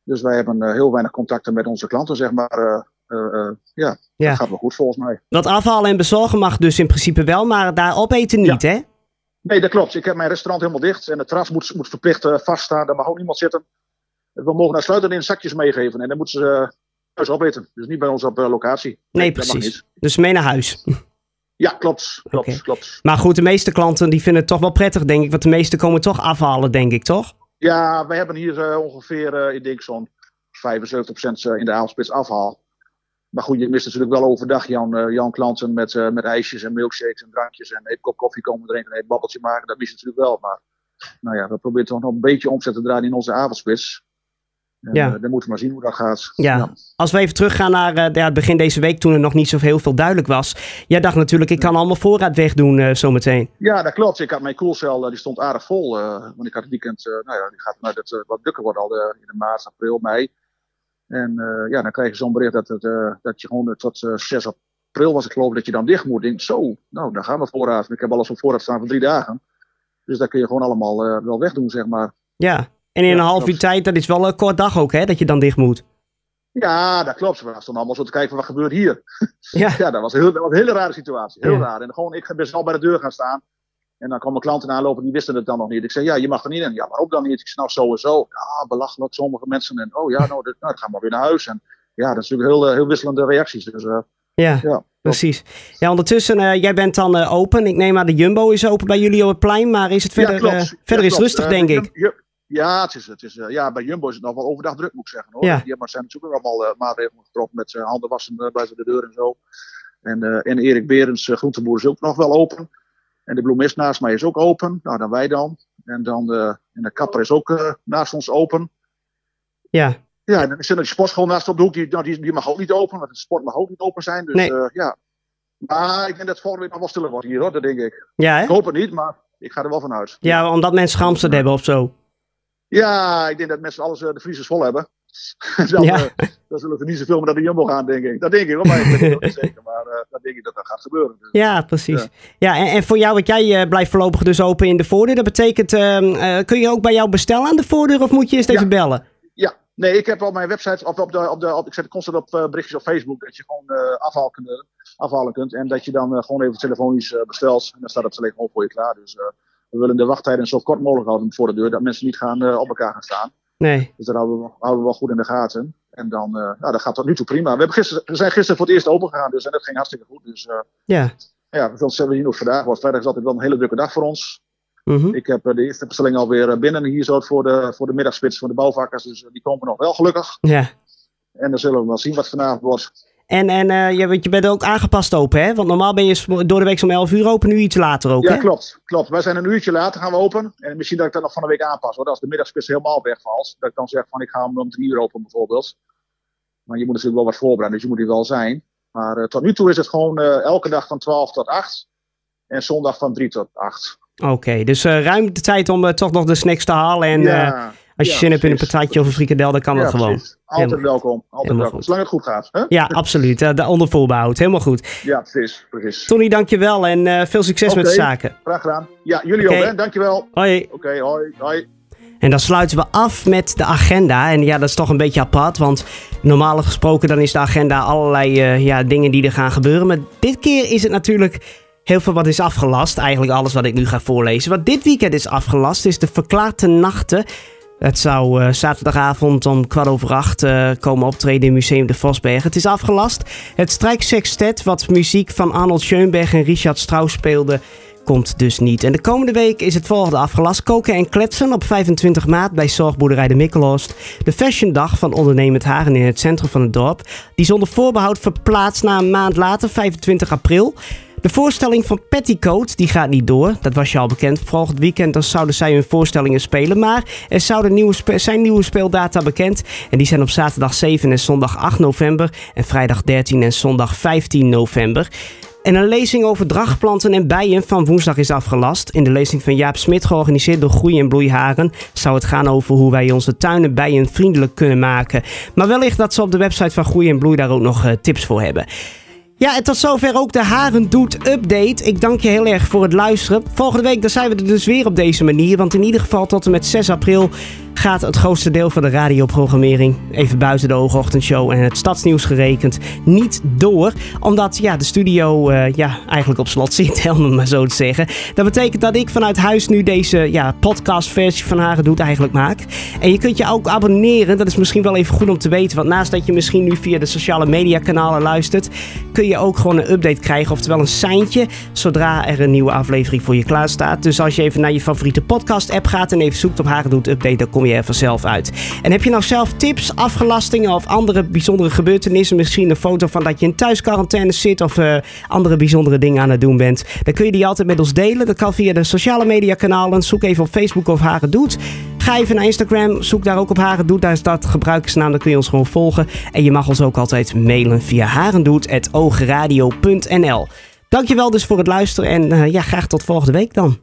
Dus wij hebben uh, heel weinig contacten met onze klanten, zeg maar. Uh, uh, uh, ja, ja, dat gaat wel goed volgens mij. Wat afhalen en bezorgen mag dus in principe wel, maar daar opeten niet, ja. hè? Nee, dat klopt. Ik heb mijn restaurant helemaal dicht en het terras moet, moet verplicht uh, vaststaan. Daar mag ook niemand zitten. We mogen uitsluitend in zakjes meegeven en dan moeten ze uh, thuis opeten. Dus niet bij ons op uh, locatie. Nee, nee precies. Dus mee naar huis. Ja, klopt. Klopt, okay. klopt. Maar goed, de meeste klanten die vinden het toch wel prettig, denk ik. Want de meeste komen toch afhalen, denk ik, toch? Ja, wij hebben hier uh, ongeveer, uh, ik denk zo'n vijfenzeventig procent in de avondspits afhaal. Maar goed, je mist natuurlijk wel overdag jouw, uh, jouw klanten met, uh, met ijsjes en milkshakes en drankjes. En een kop koffie komen drinken en een babbeltje maken. Dat mis je natuurlijk wel. Maar nou ja, we proberen toch nog een beetje omzet te draaien in onze avondspits. En, ja. uh, dan moeten we maar zien hoe dat gaat. Ja. Ja. Als we even teruggaan naar uh, ja, het begin deze week, toen er nog niet zo heel veel duidelijk was. Jij dacht natuurlijk, ik kan allemaal voorraad wegdoen uh, zometeen. Ja, dat klopt. Ik had mijn koelcel, uh, die stond aardig vol. Uh, want ik had het weekend, uh, nou ja, die gaat nou, dat, uh, wat drukker worden al uh, in de maart, april, mei. En uh, ja, dan krijg je zo'n bericht dat, het, uh, dat je gewoon uh, tot uh, zes april was, ik geloof, dat je dan dicht moet. Ik denk, zo, nou, dan gaan we voorraad. Ik heb alles op voorraad staan voor drie dagen. Dus dat kun je gewoon allemaal uh, wel wegdoen, zeg maar. Ja. En in ja, een half uur tijd, dat is wel een kort dag ook, hè, dat je dan dicht moet. Ja, dat klopt. We stonden allemaal zo te kijken, wat gebeurt hier? Ja, ja dat, was een heel, dat was een hele rare situatie. Heel ja. raar. En gewoon, ik ben zelf bij de deur gaan staan. En dan kwamen klanten aanlopen, die wisten het dan nog niet. Ik zei, ja, je mag er niet in. Ja, waarom dan niet? Ik zei, nou, sowieso. Ja, belachelijk, sommige mensen. En oh ja, nou, dit, nou dan gaan we weer naar huis. En ja, dat is natuurlijk heel, heel wisselende reacties. Dus, uh, ja, ja, precies. Ja, ondertussen, uh, jij bent dan uh, open. Ik neem aan, de Jumbo is open bij jullie op het plein. Maar is het verder, ja, uh, verder ja, is rustig, uh, denk ik. Jum- Ja, het is, het is, uh, ja, bij Jumbo is het nog wel overdag druk, moet ik zeggen. Hoor. Ja. Die hebben, zijn natuurlijk ook allemaal uh, maatregelen getroffen met uh, handen wassen uh, buiten de deur en zo. En, uh, en Erik Berends, uh, groenteboer, is ook nog wel open. En de bloemist naast mij is ook open. Nou, dan wij dan. En dan uh, en de kapper is ook uh, naast ons open. Ja. Ja, en dan is er een sportschool naast op de hoek. Die, nou, die, die mag ook niet open, want de sport mag ook niet open zijn. Dus nee. uh, ja. Maar ik denk dat het volgende week nog wel stiller wordt hier, hoor. Dat denk ik. Ja, hè? Ik hoop het niet, maar ik ga er wel van uit. Ja, omdat mensen gehamsterd ja. hebben of zo. Ja, ik denk dat mensen alles uh, de vriezers vol hebben. dan, ja. uh, dan zullen ze niet zoveel meer naar de Jumbo gaan, denk ik. Dat denk ik wel, maar ik ben het niet zeker. Maar uh, dat denk ik dat dat gaat gebeuren. Dus, ja, precies. Ja, ja en, en voor jou, wat jij uh, blijft voorlopig dus open in de voordeur. Dat betekent, uh, uh, kun je ook bij jou bestellen aan de voordeur of moet je eerst ja. even bellen? Ja, nee, ik heb op mijn website, op, op de, op de, op, ik zet constant op uh, berichtjes op Facebook, dat je gewoon uh, afhalen, kunt, afhalen kunt. En dat je dan uh, gewoon even telefonisch uh, bestelt. En dan staat het alleen gewoon voor je klaar. Dus... Uh, we willen de wachttijden zo kort mogelijk houden voor de deur, dat mensen niet gaan, uh, op elkaar gaan staan. Nee. Dus dat houden we, houden we wel goed in de gaten. En dan, uh, nou, dat gaat tot nu toe prima. We, hebben gisteren, we zijn gisteren voor het eerst open gegaan, dus en dat ging hartstikke goed. Dus uh, ja. Ja, we zullen zien hoe het vandaag wordt. Vrijdag is altijd wel een hele drukke dag voor ons. Mm-hmm. Ik heb uh, de eerste bestelling alweer binnen hier zo voor de, voor de middagspits voor de bouwvakkers. Dus uh, die komen nog wel gelukkig. Ja. En dan zullen we wel zien wat vanavond wordt. En, en uh, je, je bent ook aangepast open, hè? Want normaal ben je door de week om elf uur open, nu iets later ook, ja, hè? Ja, klopt, klopt. Wij zijn een uurtje later gaan we open. En misschien dat ik dat nog van de week aanpas, hoor. Als de middagspits helemaal wegvalt. Dat ik dan zeg van, ik ga hem om drie uur open, bijvoorbeeld. Maar je moet natuurlijk wel wat voorbereiden, dus je moet hier wel zijn. Maar uh, tot nu toe is het gewoon uh, elke dag van twaalf tot acht. En zondag van drie tot acht. Oké, okay, dus uh, ruim de tijd om uh, toch nog de snacks te halen. En ja, uh, als je ja, zin hebt in een patatje of een frikandel, dan kan ja, dat gewoon. Precies. Altijd Helemaal welkom. Altijd welkom. Zolang het goed gaat. Hè? Ja, absoluut. Uh, onder voorbehoud. Helemaal goed. Ja, precies. precies. Tony, dankjewel en uh, veel succes okay, met de zaken. Graag gedaan. Ja, jullie okay. ook, hè. Dankjewel. Hoi. Oké, okay, hoi. Hoi. En dan sluiten we af met de agenda. En ja, dat is toch een beetje apart. Want normaal gesproken dan is de agenda allerlei uh, ja, dingen die er gaan gebeuren. Maar dit keer is het natuurlijk heel veel wat is afgelast. Eigenlijk alles wat ik nu ga voorlezen. Wat dit weekend is afgelast is de Verklaarde Nachten. Het zou uh, zaterdagavond om kwart over acht uh, komen optreden in Museum de Vosbergen. Het is afgelast. Het strijksextet, wat muziek van Arnold Schoenberg en Richard Strauss speelde, komt dus niet. En de komende week is het volgende afgelast. Koken en kletsen op vijfentwintig maart bij Zorgboerderij de Mikkelhorst. De Fashiondag van Ondernemend Haren in het centrum van het dorp. Die zonder voorbehoud verplaatst naar een maand later, vijfentwintig april. De voorstelling van Petticoat, die gaat niet door. Dat was je al bekend. Volgend weekend dan zouden zij hun voorstellingen spelen. Maar er zouden nieuwe spe- zijn nieuwe speeldata bekend. En die zijn op zaterdag zeven en zondag acht november. En vrijdag dertien en zondag vijftien november. En een lezing over dragplanten en bijen van woensdag is afgelast. In de lezing van Jaap Smit, georganiseerd door Groei en Bloei Haren, zou het gaan over hoe wij onze tuinen bijenvriendelijk kunnen maken. Maar wellicht dat ze op de website van Groei en Bloei daar ook nog uh, tips voor hebben. Ja, en tot zover ook de Haren Doet Update. Ik dank je heel erg voor het luisteren. Volgende week dan zijn we er dus weer op deze manier. Want in ieder geval tot en met zes april gaat het grootste deel van de radioprogrammering, even buiten de Hoogochtendshow en het stadsnieuws gerekend, niet door. Omdat ja, de studio uh, ja, eigenlijk op slot zit, om het maar zo te zeggen. Dat betekent dat ik vanuit huis nu deze ja, podcastversie van Haren Doet eigenlijk maak. En je kunt je ook abonneren, dat is misschien wel even goed om te weten. Want naast dat je misschien nu via de sociale media kanalen luistert, kun je ook gewoon een update krijgen, oftewel een seintje, zodra er een nieuwe aflevering voor je klaar staat. Dus als je even naar je favoriete podcast app gaat en even zoekt op Haren Doet Update, dan kom je er vanzelf uit. En heb je nou zelf tips, afgelastingen of andere bijzondere gebeurtenissen, misschien een foto van dat je in thuisquarantaine zit of uh, andere bijzondere dingen aan het doen bent, dan kun je die altijd met ons delen. Dat kan via de sociale media kanalen. Zoek even op Facebook of Haren Doet. Ga even naar Instagram, zoek daar ook op Haren Doet. Daar is dat gebruikersnaam, dan kun je ons gewoon volgen. En je mag ons ook altijd mailen via harendoet apenstaartje oogradio punt n l. Dankjewel dus voor het luisteren en uh, ja, graag tot volgende week dan.